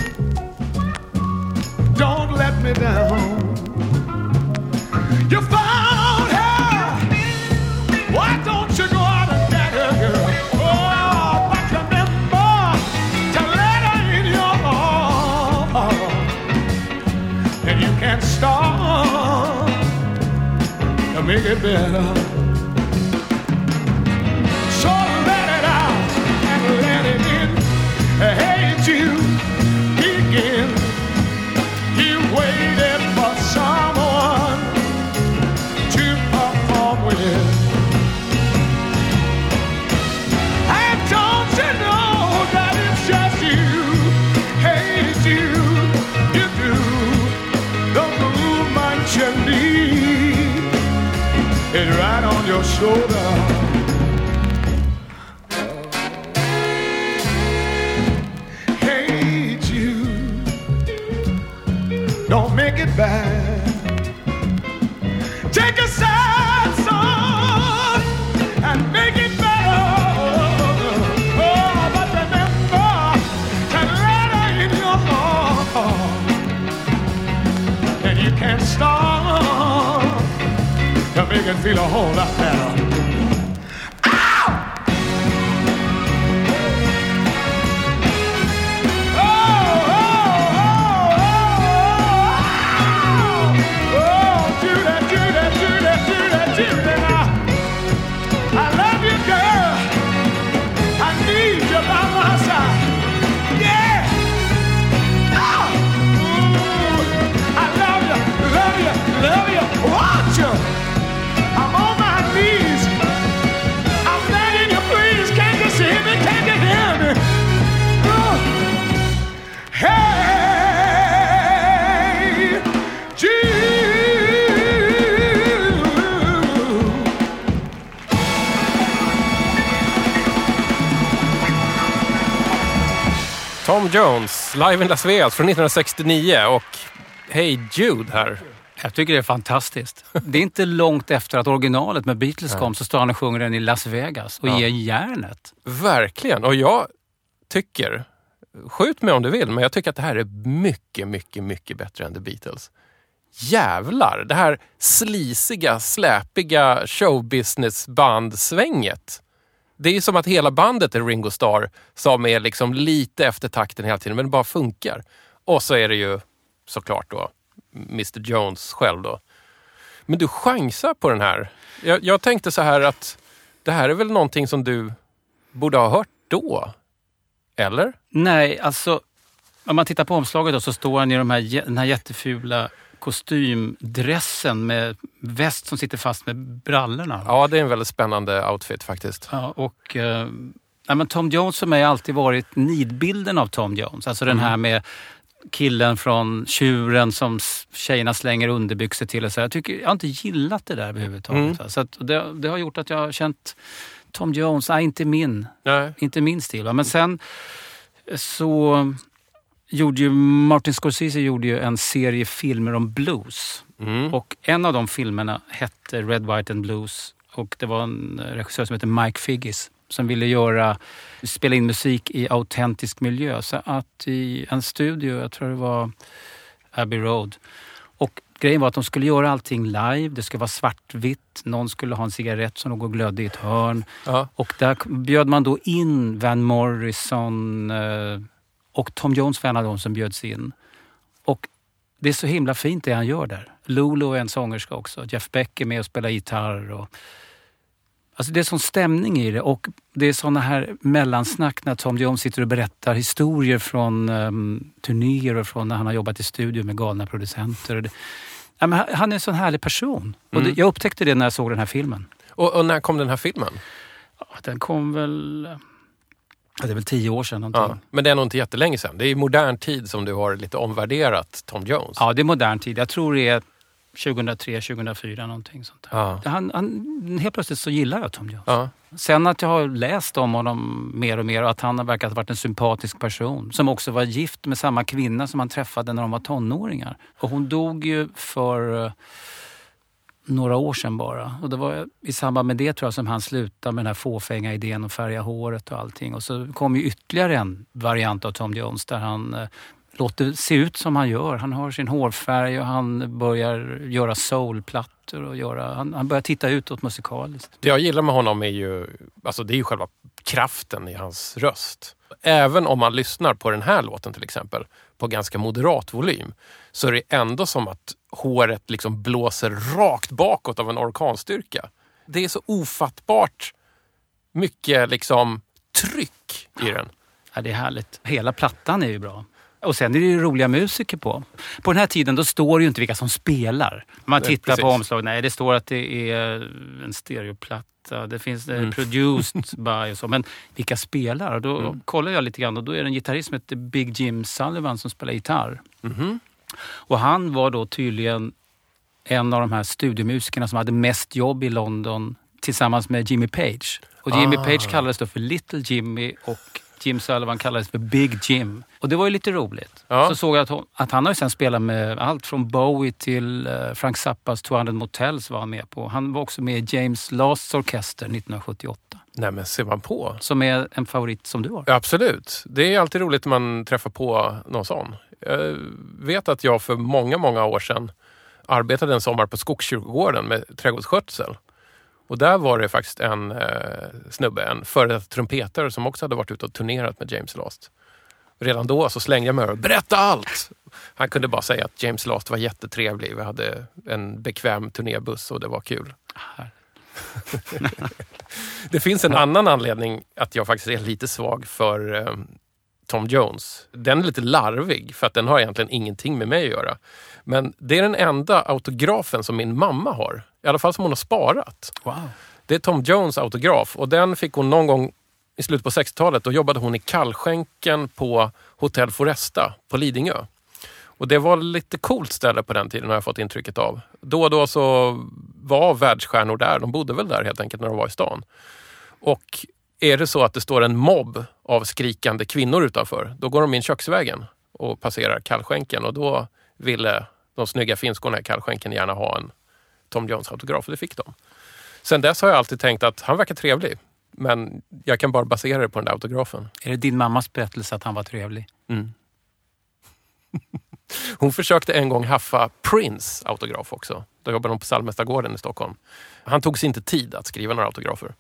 Speaker 5: don't let me down. You found her. Why don't you go out and get her, girl? Oh, but remember to let her in your heart, and you can start to make it better. So let it out
Speaker 7: your shoulder. Hey Jude, don't make it bad. Take a sad song and make it better. Oh, but remember, can write in your heart, and you can't stop to make it feel a whole lot better. I'm on my knees. I'm begging you, please. Can't you see me? Can't you hear me? Oh. Hey, Jude.
Speaker 1: Tom Jones, live in Las Vegas från nittonhundrasextionio och Hey Jude här.
Speaker 2: Jag tycker det är fantastiskt. Det är inte långt efter att originalet med Beatles kom så står han och sjunger den i Las Vegas och
Speaker 1: ja.
Speaker 2: ger järnet.
Speaker 1: Verkligen. Och jag tycker, skjut mig om du vill, men jag tycker att det här är mycket, mycket, mycket bättre än The Beatles. Jävlar, det här slisiga, släpiga showbusiness-bandsvänget. Det är ju som att hela bandet är Ringo Starr som är liksom lite efter takten hela tiden, men det bara funkar. Och så är det ju såklart då mister Jones själv då. Men du chansar på den här. Jag, jag tänkte så här att det här är väl någonting som du borde ha hört då? Eller?
Speaker 2: Nej, alltså om man tittar på omslaget då så står han i de här, den här jättefula kostymdressen med väst som sitter fast med brallorna.
Speaker 1: Ja, det är en väldigt spännande outfit faktiskt.
Speaker 2: Ja, och eh, ja, men Tom Jones för mig har alltid varit nidbilden av Tom Jones. Alltså mm. den här med killen från Tjuren som tjejerna slänger underbyxor till. Och så. Jag, tycker, jag har inte gillat det där överhuvudtaget. Mm. Så att det, det har gjort att jag har känt Tom Jones, nej, inte min. Nej. Inte min stil. Men sen så gjorde ju Martin Scorsese gjorde ju en serie filmer om blues. Mm. Och en av de filmerna hette Red, White and Blues. Och det var en regissör som heter Mike Figgis som ville göra, spela in musik i autentisk miljö. Så att i en studio, jag tror det var Abbey Road. Och grejen var att de skulle göra allting live. Det skulle vara svartvitt. Någon skulle ha en cigarett som låg och glödde i ett hörn. Ja. Och där bjöd man då in Van Morrison eh, och Tom Jones var en av de som bjöds in. Och det är så himla fint det han gör där. Lulu är en sångerska också. Jeff Beck är med och spelar gitarr. Och alltså det är sån stämning i det och det är såna här mellansnack när Tom Jones sitter och berättar historier från um, turnéer och från när han har jobbat i studio med galna producenter. Det, ja, men han är en sån härlig person. Mm. Och det, jag upptäckte det när jag såg den här filmen.
Speaker 1: Och, och när kom den här filmen?
Speaker 2: Ja, den kom väl... Det är väl tio år sedan någonting.
Speaker 1: Ja, men det är nog inte jättelänge sedan. Det är i modern tid som du har lite omvärderat Tom Jones.
Speaker 2: Ja, det är modern tid. Jag tror det är tjugohundratre tjugohundrafyra någonting sånt där. Ja. Han, han, helt plötsligt så gillar jag Tom Jones. Ja. Sen att jag har läst om honom mer och mer och att han har verkat ha varit en sympatisk person som också var gift med samma kvinna som han träffade när de var tonåringar. Och hon dog ju för uh, några år sedan bara. Och det var i samband med det tror jag som han slutade med den här fåfänga idén att färga håret och allting. Och så kom ju ytterligare en variant av Tom Jones där han uh, låter se ut som han gör. Han har sin hårfärg och han börjar göra soulplattor och göra, han, han börjar titta utåt musikaliskt.
Speaker 1: Det jag gillar med honom är ju, alltså det är ju själva kraften i hans röst. Även om man lyssnar på den här låten till exempel på ganska moderat volym så är det ändå som att håret liksom blåser rakt bakåt av en orkanstyrka. Det är så ofattbart mycket liksom tryck i den.
Speaker 2: Ja, det är härligt. Hela plattan är ju bra. Och sen är det ju roliga musiker på. På den här tiden då står det ju inte vilka som spelar. Man tittar nej, på omslag. Nej, det står att det är en stereoplatta. Det finns mm. produced by och så. Men vilka spelar? Då mm. kollar jag lite grann och då är det en gitarrist som heter Big Jim Sullivan som spelar gitarr. Mm. Och han var då tydligen en av de här studiomusikerna som hade mest jobb i London tillsammans med Jimmy Page. Och Jimmy
Speaker 1: Ah.
Speaker 2: Page kallades då för Little Jimmy och Jim Sullivan kallades för Big Jim. Och det var ju lite roligt.
Speaker 1: Ja.
Speaker 2: Så såg jag att, hon, att han har ju sen spelat med allt från Bowie till uh, Frank Zappas tvåhundra Motels var han med på. Han var också med i James Lasts orkester nittonhundrasjuttioåtta.
Speaker 1: Nej, men ser man på.
Speaker 2: Som är en favorit som du har.
Speaker 1: Ja, absolut. Det är alltid roligt när man träffar på någon sån. Jag vet att jag för många, många år sedan arbetade en sommar på Skogskyrkogården med trädgårdsskötsel. Och där var det faktiskt en eh, snubbe, en före detta trumpetare som också hade varit ute och turnerat med James Last. Redan då så slängde jag mig och berätta allt! Han kunde bara säga att James Last var jättetrevlig. Vi hade en bekväm turnébuss och det var kul. Det finns en annan anledning att jag faktiskt är lite svag för eh, Tom Jones. Den är lite larvig för att den har egentligen ingenting med mig att göra. Men det är den enda autografen som min mamma har. I alla fall som hon har sparat.
Speaker 2: Wow.
Speaker 1: Det är Tom Jones autograf och den fick hon någon gång i slutet på sextiotalet. Då jobbade hon i kallskänken på Hotel Foresta på Lidingö. Och det var lite coolt ställe på den tiden har jag fått intrycket av. Då och då så var världsstjärnor där. De bodde väl där helt enkelt när de var i stan. Och är det så att det står en mobb av skrikande kvinnor utanför, då går de in köksvägen och passerar kallskänken. Och då ville de snygga finskorna i kallskänken gärna ha en Tom Jones-autograf och det fick de. Sen dess har jag alltid tänkt att han verkar trevlig. Men jag kan bara basera det på den där autografen.
Speaker 2: Är det din mammas berättelse att han var trevlig?
Speaker 1: Mm. Hon försökte en gång haffa Prince autograf också. Då jobbade hon på Salmästargården i Stockholm. Han tog sig inte tid att skriva några autografer.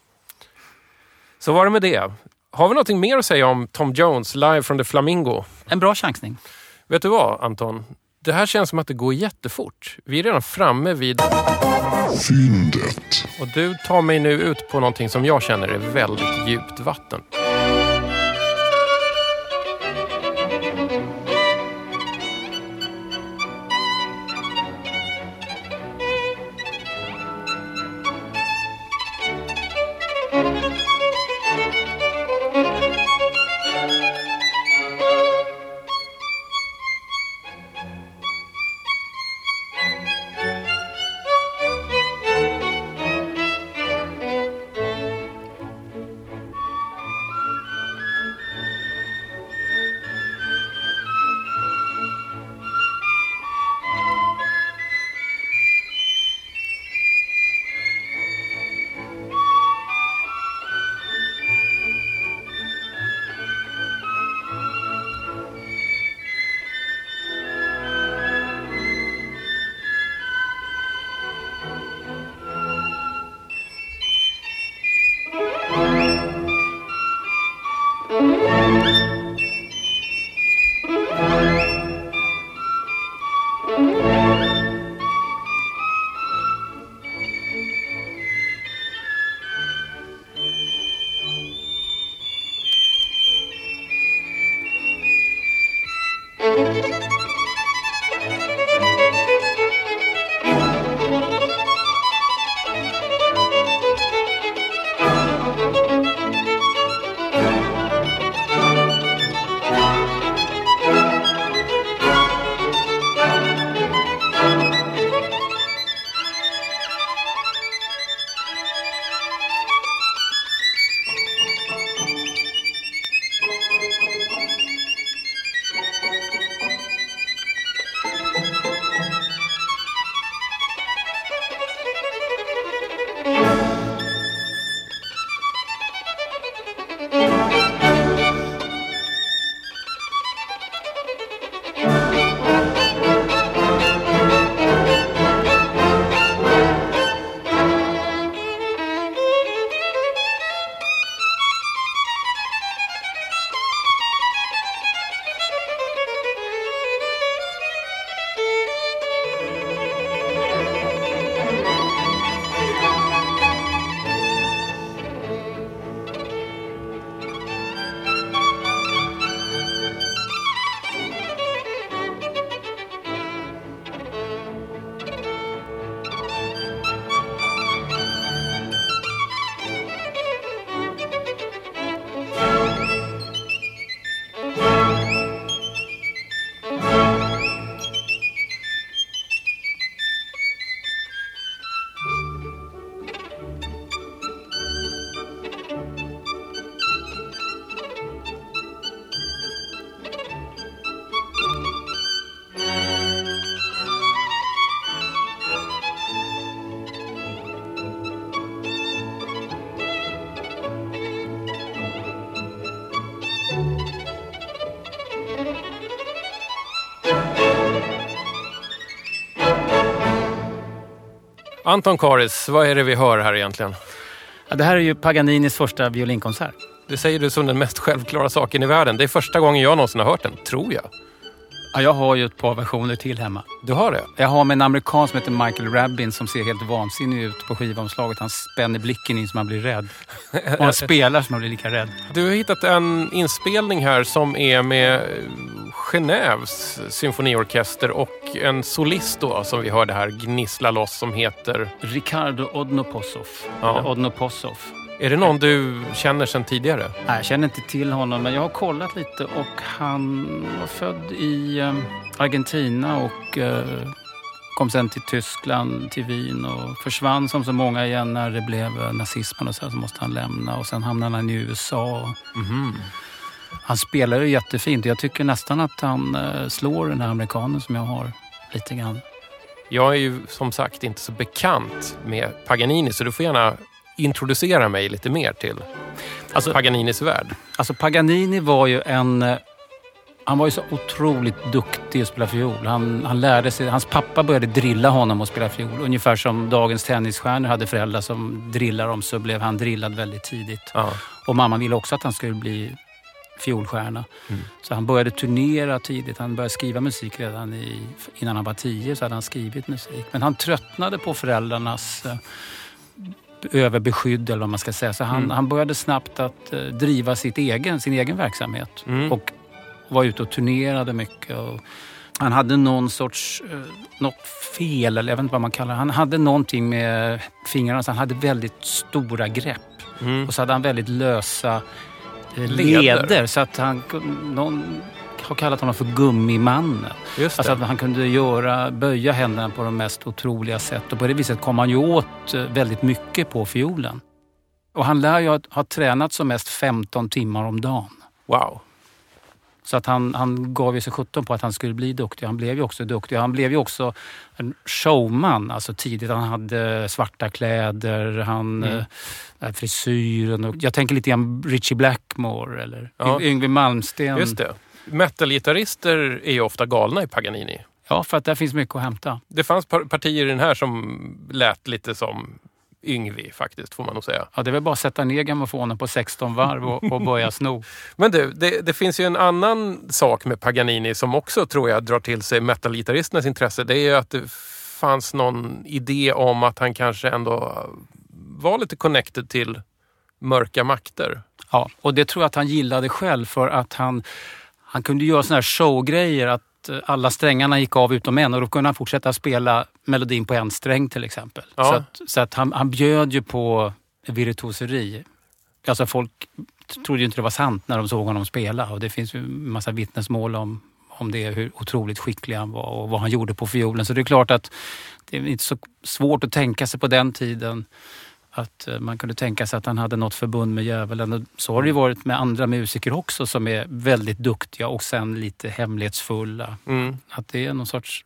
Speaker 1: Så var det med det. Har vi någonting mer att säga om Tom Jones live från The Flamingo?
Speaker 2: En bra chansning.
Speaker 1: Vet du vad, Anton? Det här känns som att det går jättefort. Vi är redan framme vid...
Speaker 6: Fyndet.
Speaker 1: Och du tar mig nu ut på någonting som jag känner är väldigt djupt vatten. Anton Karis, vad är det vi hör här egentligen?
Speaker 2: Ja, det här är ju Paganinis första violinkonsert.
Speaker 1: Det säger du som den mest självklara saken i världen. Det är första gången jag någonsin har hört den, tror jag.
Speaker 2: Ja, jag har ju ett par versioner till hemma.
Speaker 1: Du har det?
Speaker 2: Jag har med en amerikan som heter Michael Rabin som ser helt vansinnig ut på skivomslaget. Han spänner blicken in så man blir rädd. Och han spelar så man blir lika rädd.
Speaker 1: Du har hittat en inspelning här som är med Genèves symfoniorkester och en solist då som vi hörde här gnissla loss som heter...
Speaker 2: Ricardo Odnoposov.
Speaker 1: Ja.
Speaker 2: Eller Odnoposov.
Speaker 1: Är det någon du känner sedan tidigare?
Speaker 2: Nej, jag känner inte till honom, men jag har kollat lite och han var född i eh, Argentina och eh, kom sen till Tyskland, till Wien och försvann som så många igen när det blev eh, nazismen och så, så måste han lämna och sen hamnade han i U S A.
Speaker 1: Mm.
Speaker 2: Han spelar ju jättefint och jag tycker nästan att han eh, slår den här amerikanen som jag har lite grann.
Speaker 1: Jag är ju som sagt inte så bekant med Paganini så du får gärna introducera mig lite mer till alltså, Paganinis värld.
Speaker 2: Alltså Paganini var ju en... Han var ju så otroligt duktig att spela fiol. Han, han lärde sig... Hans pappa började drilla honom att spela fiol. Ungefär som dagens tennisstjärnor hade föräldrar som drillar dem så blev han drillad väldigt tidigt.
Speaker 1: Ja.
Speaker 2: Och mamma ville också att han skulle bli fiolstjärna. Mm. Så han började turnera tidigt. Han började skriva musik redan i, innan han var tio så hade han skrivit musik. Men han tröttnade på föräldrarnas... överbeskydd eller vad man ska säga. Så han, mm. han började snabbt att eh, driva sitt egen, sin egen verksamhet. Mm. Och var ute och turnerade mycket. Och han hade någon sorts, eh, något fel, eller jag vet inte vad man kallar det. Han hade någonting med fingrarna, så han hade väldigt stora grepp. Mm. Och så hade han väldigt lösa eh, leder. leder. Så att han, någon har kallat honom för gummimannen.
Speaker 1: Just det.
Speaker 2: Alltså att han kunde göra, böja händerna på de mest otroliga sätt. Och på det viset kom han ju åt väldigt mycket på fiolen. Och han lär ju ha, ha tränat som mest femton timmar om dagen.
Speaker 1: Wow.
Speaker 2: Så att han, han gav ju sig sjutton på att han skulle bli duktig. Han blev ju också duktig. Han blev ju också en showman. Alltså tidigt. Han hade svarta kläder. Han... Mm. Äh, frisyren. Och jag tänker lite grann Richie Blackmore. Eller ja. Yngwie Malmsteen.
Speaker 1: Just det. Metalgitarrister är ju ofta galna i Paganini.
Speaker 2: Ja, för att där finns mycket att hämta.
Speaker 1: Det fanns partier i den här som lät lite som Yngwie faktiskt, får man nog säga.
Speaker 2: Ja, det är väl bara att sätta ner grammofonen på sexton varv och, och börja sno.
Speaker 1: Men du, det, det finns ju en annan sak med Paganini som också tror jag drar till sig metalgitarristernas intresse. Det är ju att det fanns någon idé om att han kanske ändå var lite connected till mörka makter.
Speaker 2: Ja, och det tror jag att han gillade själv för att han, han kunde göra såna här showgrejer att alla strängarna gick av utom en och då kunde han fortsätta spela melodin på en sträng till exempel. Ja. Så att, så att han, han bjöd ju på virtuoseri. Alltså folk trodde ju inte det var sant när de såg honom spela och det finns ju en massa vittnesmål om, om det, hur otroligt skicklig han var och vad han gjorde på fiolen. Så det är klart att det är inte så svårt att tänka sig på den tiden att man kunde tänka sig att han hade något förbund med djävulen. Och så har det ju varit med andra musiker också som är väldigt duktiga och sen lite hemlighetsfulla. Mm. Att det är någon sorts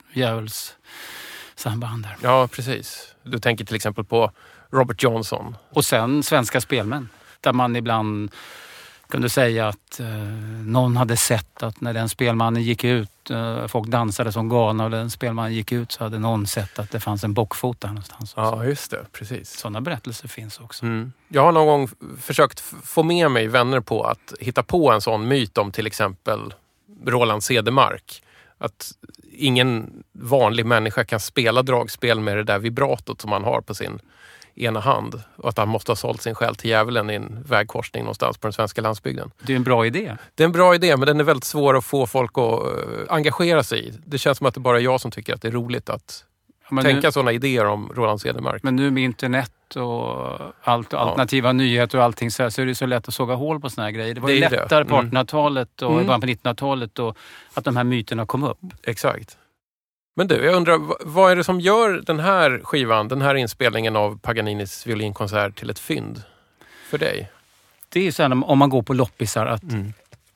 Speaker 2: djävulssamband där.
Speaker 1: Ja, precis. Du tänker till exempel på Robert Johnson.
Speaker 2: Och sen svenska spelmän. Där man ibland kunde säga att eh, någon hade sett att när den spelmannen gick ut, eh, folk dansade som galna och den spelmannen gick ut så hade någon sett att det fanns en bockfot där någonstans.
Speaker 1: Ja, just det. Precis.
Speaker 2: Sådana berättelser finns också.
Speaker 1: Mm. Jag har någon gång försökt få med mig vänner på att hitta på en sån myt om till exempel Roland Cedermark. Att ingen vanlig människa kan spela dragspel med det där vibratot som man har på sin ena hand och att han måste ha sålt sin själ till djävulen i en vägkorsning någonstans på den svenska landsbygden.
Speaker 2: Det är en bra idé.
Speaker 1: Det är en bra idé, men den är väldigt svår att få folk att uh, engagera sig i. Det känns som att det bara är jag som tycker att det är roligt att ja, tänka nu, sådana idéer om Roland Cedermark.
Speaker 2: Men nu med internet och allt, och alternativa ja. nyheter och allting så, här, så är det så lätt att såga hål på såna här grejer. Det var det ju lättare det. på artonhundratalet och mm. i början på nittonhundratalet och att de här myterna kom upp.
Speaker 1: Exakt. Men du, jag undrar, vad är det som gör den här skivan, den här inspelningen av Paganinis violinkonsert till ett fynd för dig?
Speaker 2: Det är ju så här, om man går på loppisar, att mm.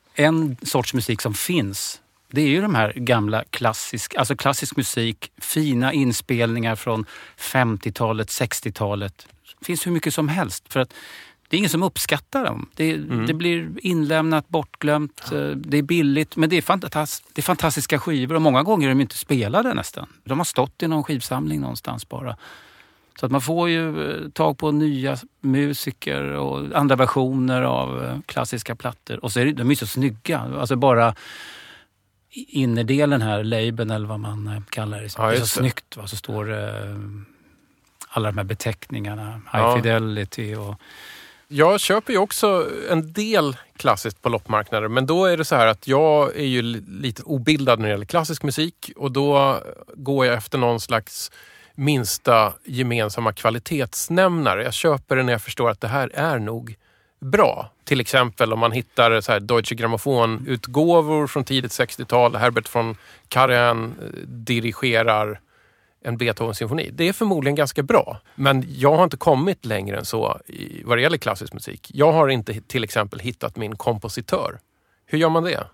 Speaker 2: en sorts musik som finns, det är ju de här gamla klassisk, alltså klassisk musik, fina inspelningar från femtiotalet, sextiotalet. Det finns hur mycket som helst för att det är ingen som uppskattar dem. Det, mm. det blir inlämnat, bortglömt, ja. det är billigt. Men det är, fantas- det är fantastiska skivor och många gånger är de inte spelade nästan. De har stått i någon skivsamling någonstans bara. Så att man får ju tag på nya musiker och andra versioner av klassiska plattor. Och så är det, de är så snygga. Alltså bara innerdelen här, labeln eller vad man kallar det. Ja, det är så snyggt. Va? Så står det alla de här beteckningarna. High ja. Fidelity och...
Speaker 1: Jag köper ju också en del klassiskt på loppmarknader, men då är det så här att jag är ju lite obildad när det gäller klassisk musik och då går jag efter någon slags minsta gemensamma kvalitetsnämnare. Jag köper det när jag förstår att det här är nog bra. Till exempel om man hittar så här Deutsche Grammophon-utgåvor från tidigt sextiotal, Herbert von Karajan dirigerar en Beethoven-symfoni. Det är förmodligen ganska bra. Men jag har inte kommit längre än så i vad det gäller klassisk musik. Jag har inte till exempel hittat min kompositör. Hur gör man det?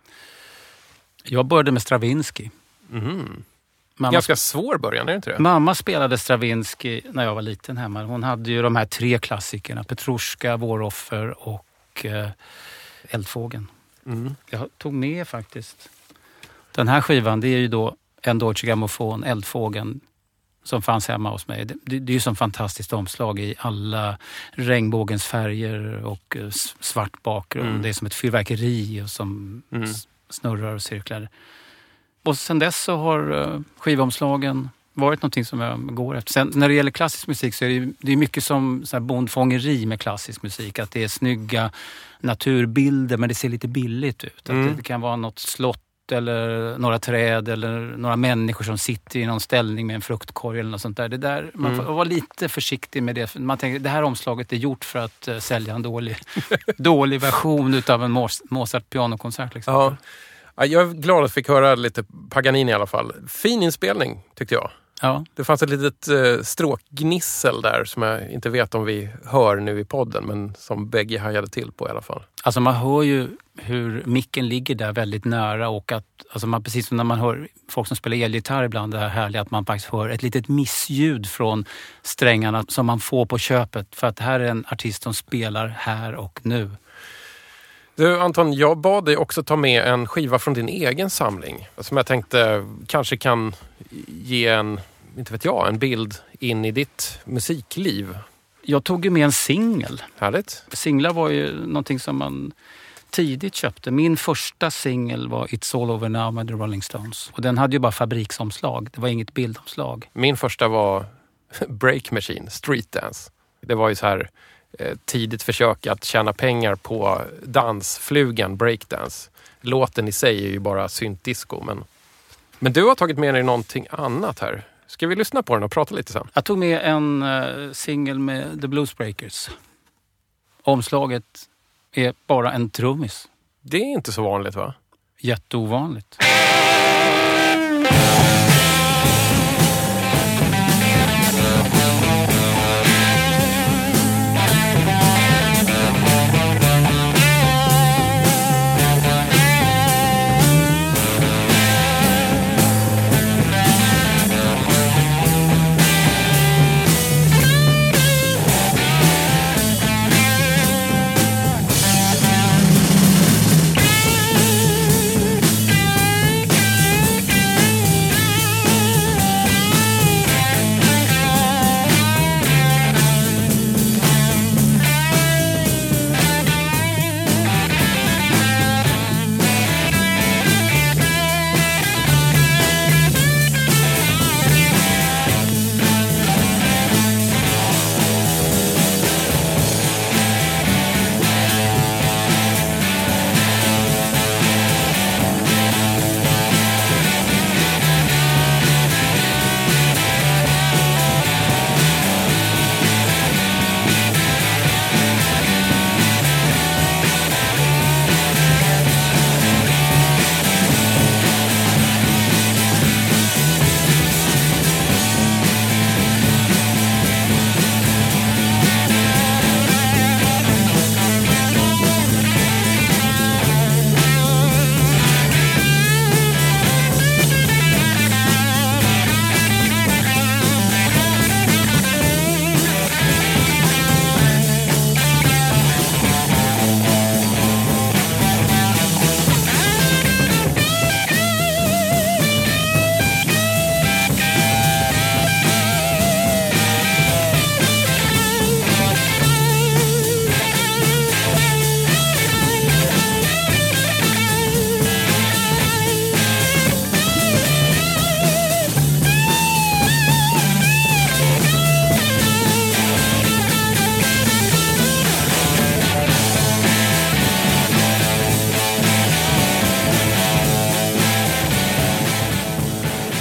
Speaker 2: Jag började med Stravinsky.
Speaker 1: Mm. Mamma ganska svår början, är det inte det?
Speaker 2: Mamma spelade Stravinsky när jag var liten hemma. Hon hade ju de här tre klassikerna. Petrushka, Våroffer och eh, Eldfågeln. Mm. Jag tog med faktiskt. Den här skivan, det är ju då en Deutsche Grammophon, Eldfågeln, som fanns hemma hos mig. Det, det, det är ju som fantastiskt omslag i alla regnbågens färger och uh, svart bakgrund. Mm. Det är som ett fyrverkeri och som mm. snurrar och cirklar. Och sen dess så har uh, skivomslagen varit någonting som jag går efter. Sen när det gäller klassisk musik så är det, det är mycket som så här bondfångeri med klassisk musik. Att det är snygga naturbilder men det ser lite billigt ut. Mm. Att det, det kan vara något slott eller några träd eller några människor som sitter i någon ställning med en fruktkorg eller något sånt där. Det där man får mm. vara lite försiktig med det. Man tänker det här omslaget är gjort för att uh, sälja en dålig, dålig version utav en Mozart pianokonsert. Liksom.
Speaker 1: Ja. Jag är glad att jag fick höra lite Paganini i alla fall. Fin inspelning tyckte jag.
Speaker 2: Ja.
Speaker 1: Det fanns ett litet uh, stråkgnissel där som jag inte vet om vi hör nu i podden men som bägge hajade till på i alla fall.
Speaker 2: Alltså man hör ju hur micken ligger där väldigt nära och att alltså man, precis som när man hör folk som spelar elgitarr ibland, det här härliga att man faktiskt hör ett litet missljud från strängarna som man får på köpet för att det här är en artist som spelar här och nu.
Speaker 1: Du Anton, jag bad dig också ta med en skiva från din egen samling som jag tänkte kanske kan ge en, inte vet jag, en bild in i ditt musikliv.
Speaker 2: Jag tog ju med en singel.
Speaker 1: Härligt.
Speaker 2: Singlar var ju någonting som man tidigt köpte. Min första singel var It's All Over Now med The Rolling Stones. Och den hade ju bara fabriksomslag. Det var inget bildomslag.
Speaker 1: Min första var Break Machine, Street Dance. Det var ju så här eh, tidigt försök att tjäna pengar på dansflugan breakdance. Låten i sig är ju bara syntdisco. Men, men du har tagit med dig någonting annat här. Ska vi lyssna på den och prata lite sen?
Speaker 2: Jag tog med en uh, singel med The Bluesbreakers. Omslaget är bara en trummis.
Speaker 1: Det är inte så vanligt, va?
Speaker 2: Jätteovanligt.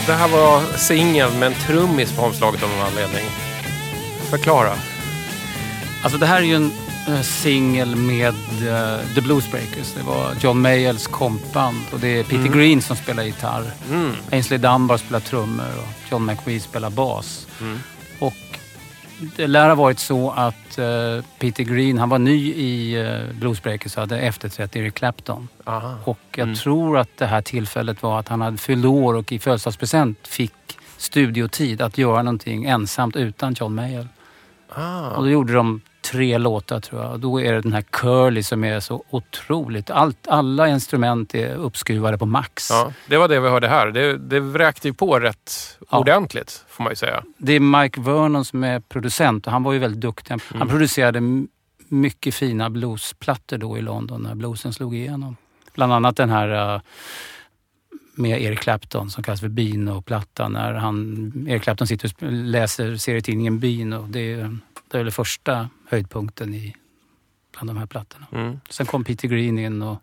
Speaker 1: Det här var singeln med en trummis på omslaget av någon anledning. Förklara.
Speaker 2: Alltså det här är ju en uh, singel med uh, The Bluesbreakers. Det var John Mayalls kompband och det är Peter mm. Green som spelar gitarr. Mm. Ainsley Dunbar spelar trummor och John McVie spelar bas. Mm. Och det lär ha varit så att uh, Peter Green, han var ny i uh, Bluesbreakers och hade efterträtt Eric Clapton. Aha. Och jag mm. tror att det här tillfället var att han hade fyllt år och i födelsedagspresent fick studiotid att göra någonting ensamt utan John Mayall. Ah. Och då gjorde de tre låtar tror jag. Och då är det den här Curly som är så otroligt. Allt, alla instrument är uppskruvade på max.
Speaker 1: Ja, det var det vi hörde här. Det, det vräkte ju på rätt ja. ordentligt får man ju säga.
Speaker 2: Det är Mike Vernon som är producent och han var ju väldigt duktig. Mm. Han producerade m- mycket fina bluesplattor då i London när bluesen slog igenom. Bland annat den här... Uh, med Eric Clapton som kallas för Beano-plattan. När han, Eric Clapton sitter och läser serietidningen Beano. Det är, det är den första höjdpunkten i, bland de här plattorna. Mm. Sen kom Peter Green in och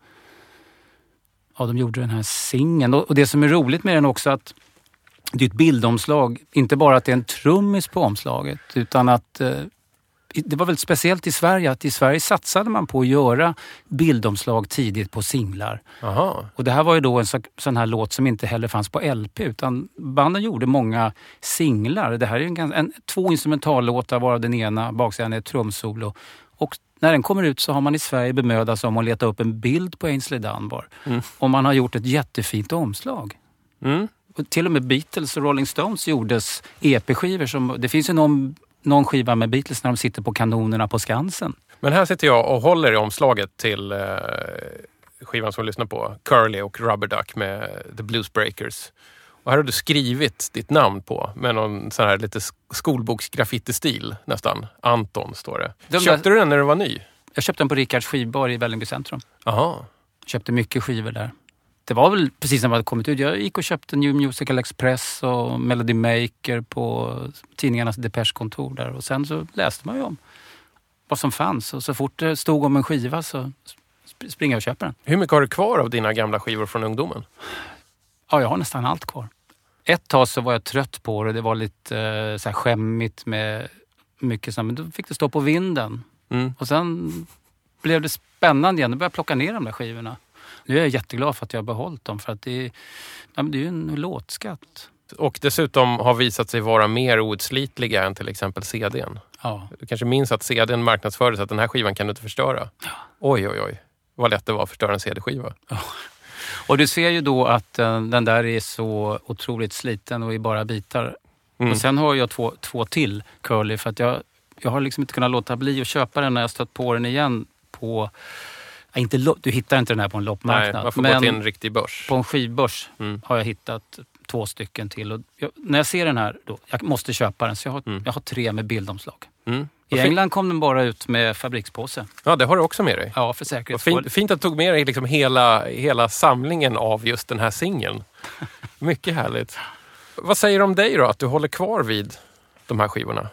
Speaker 2: ja, de gjorde den här singeln. Och, och det som är roligt med den också att det är ett bildomslag. Inte bara att det är en trummis på omslaget utan att eh, det var väldigt speciellt i Sverige att i Sverige satsade man på att göra bildomslag tidigt på singlar. Aha. Och det här var ju då en så, sån här låt som inte heller fanns på L P utan banden gjorde många singlar. Det här är en, en, två instrumentallåtar varav den ena baksidan är ett trumsolo. Och när den kommer ut så har man i Sverige bemödat sig om att leta upp en bild på Ainsley Dunbar. Mm. Och man har gjort ett jättefint omslag. Mm. Och till och med Beatles och Rolling Stones gjordes E P-skivor som, det finns ju någon någon skiva med Beatles när de sitter på kanonerna på Skansen. Men
Speaker 1: här sitter jag och håller i omslaget till eh, skivan som vi lyssnar på. Curly och Rubber Duck med The Bluesbreakers. Och här har du skrivit ditt namn på med någon sån här lite skolboksgraffiti-stil nästan. Anton står det. De köpte där... du den när du var ny?
Speaker 2: Jag köpte den på Rickards skivbar i Vällingby centrum.
Speaker 1: Aha.
Speaker 2: Köpte mycket skivor där. Det var väl precis när det hade kommit ut. Jag gick och köpte New Musical Express och Melody Maker på tidningarnas Depeche-kontor där. Och sen så läste man ju om vad som fanns. Och så fort det stod om en skiva så springer jag och köper den.
Speaker 1: Hur mycket har du kvar av dina gamla skivor från ungdomen?
Speaker 2: Ja, jag har nästan allt kvar. Ett tag så var jag trött på det. Det var lite eh, så här skämmigt med mycket så. Men då fick det stå på vinden. Mm. Och sen blev det spännande igen. Då började jag plocka ner de där skivorna. Nu är jag jätteglad för att jag har behållit dem. För att det är, ja, det är ju en låtskatt.
Speaker 1: Och dessutom har visat sig vara mer outslitliga än till exempel C D:n. Ja. Du kanske minns att C D:n marknadsfördes att den här skivan kan du inte förstöra. Ja. Oj, oj, oj. Vad lätt det var att förstöra en C D-skiva. Ja.
Speaker 2: Och du ser ju då att uh, den där är så otroligt sliten och är bara bitar. Mm. Och sen har jag två, två till Curly för att jag, jag har liksom inte kunnat låta bli att köpa den när jag stött på den igen på... Ja, inte, du hittar inte den här på en loppmarknad.
Speaker 1: Nej, man får men gå till en riktig börs.
Speaker 2: På en skivbörs mm. har jag hittat två stycken till. Och jag, när jag ser den här, då, jag måste köpa den. Så jag har, mm. jag har tre med bildomslag. Mm. I England kom den bara ut med fabrikspåse.
Speaker 1: Ja, det har du också med dig.
Speaker 2: Ja, för säkerhets
Speaker 1: fint, fint att du tog med dig liksom hela, hela samlingen av just den här singeln. Mycket härligt. Vad säger du om dig då, att du håller kvar vid de här skivorna?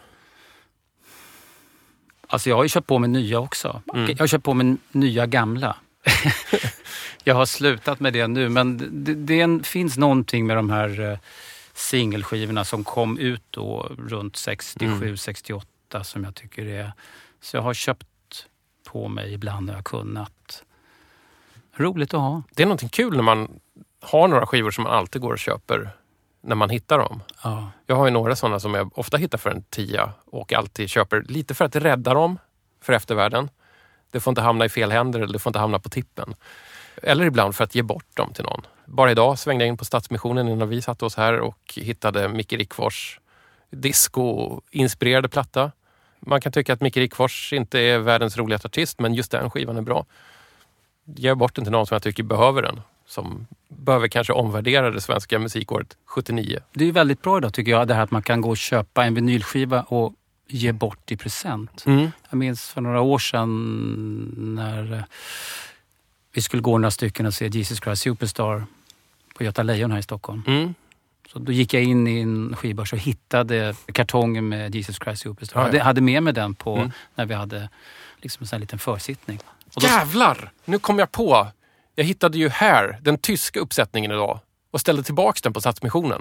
Speaker 2: Alltså jag har ju köpt på mig nya också. Mm. Jag har köpt på mig nya gamla. Jag har slutat med det nu. Men det, det finns någonting med de här singelskivorna som kom ut då runt sextiosju sextioåtta som jag tycker är... Så jag har köpt på mig ibland när jag kunnat. Roligt att ha.
Speaker 1: Det är någonting kul när man har några skivor som man alltid går och köper när man hittar dem. Ja. Jag har ju några sådana som jag ofta hittar för en tia och alltid köper lite för att rädda dem för eftervärlden. Det får inte hamna i fel händer eller det får inte hamna på tippen. Eller ibland för att ge bort dem till någon. Bara idag svängde jag in på Stadsmissionen innan vi satt oss här och hittade Micke Rickfors disco-inspirerade platta. Man kan tycka att Micke Rickfors inte är världens roligaste artist, men just den skivan är bra. Ge bort den till någon som jag tycker behöver den. Som behöver kanske omvärdera det svenska musikåret sjuttionio.
Speaker 2: Det är väldigt bra idag tycker jag, det här att man kan gå och köpa en vinylskiva och ge bort i present. Mm. Jag minns för några år sedan när vi skulle gå några stycken och se Jesus Christ Superstar på Göta Lejon här i Stockholm. Mm. Så då gick jag in i en skivbörs och hittade kartongen med Jesus Christ Superstar. Jag ja, ja. hade med mig den på mm. när vi hade liksom en sån här liten försittning.
Speaker 1: Och då... Jävlar! Nu kom jag på. Jag hittade ju här den tyska uppsättningen idag och ställde tillbaka den på Stadsmissionen.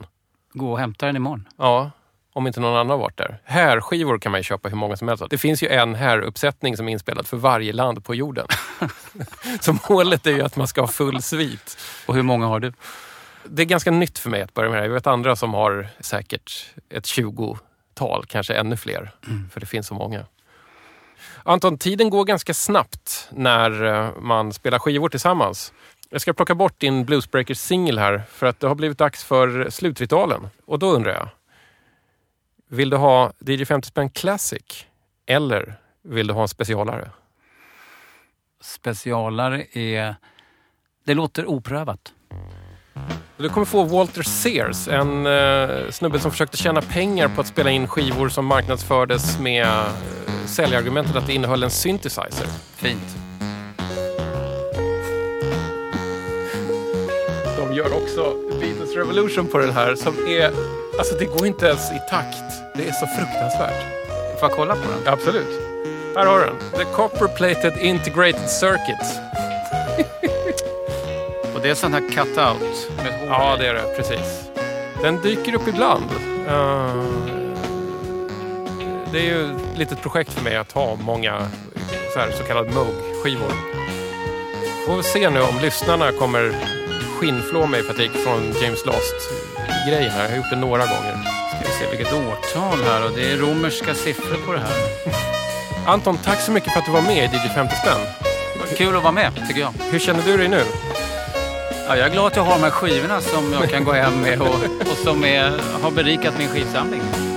Speaker 2: gå och hämta den imorgon.
Speaker 1: Ja, om inte någon annan har varit där. Härskivor kan man ju köpa hur många som helst. Det finns ju en häruppsättning som är inspelad för varje land på jorden. Så målet är ju att man ska ha full svit.
Speaker 2: Och hur många har du?
Speaker 1: Det är ganska nytt för mig att börja med det här. Jag vet andra som har säkert ett tjugotal, kanske ännu fler. Mm. För det finns så många. Anton, tiden går ganska snabbt när man spelar skivor tillsammans. Jag ska plocka bort din Bluesbreakers singel här för att det har blivit dags för slutritualen. Och då undrar jag, vill du ha D J femtio spänn Classic eller vill du ha en specialare?
Speaker 2: Specialare är... Det låter oprövat.
Speaker 1: Du kommer få Walter Sears, en eh, snubbe som försökte tjäna pengar på att spela in skivor som marknadsfördes med eh, säljargumentet att det innehöll en synthesizer.
Speaker 2: Fint.
Speaker 1: De gör också Beatles Revolution på den här som är, alltså det går inte ens i takt. Det är så fruktansvärt.
Speaker 2: Får jag kolla på den?
Speaker 1: Absolut. Här har du den. The Copper Plated Integrated Circuit.
Speaker 2: Och det är sån här cut-out med hår.
Speaker 1: Ja, det är det. Precis. Den dyker upp ibland. Uh, det är ju ett litet projekt för mig att ha många så, här, så kallade Moog-skivor. Får vi se nu om lyssnarna kommer skinnflå mig för att jag gick från James Last-grejen här. Jag har gjort det några gånger.
Speaker 2: Ska vi se vilket årtal här, och det är romerska siffror på det här.
Speaker 1: Anton, tack så mycket för att du var med i D J femtio spänn.
Speaker 2: Kul att vara med, tycker jag.
Speaker 1: Hur känner du dig nu?
Speaker 2: Ja, jag är glad att jag har de här skivorna som jag kan gå hem med och, och som är, har berikat min skivsamling.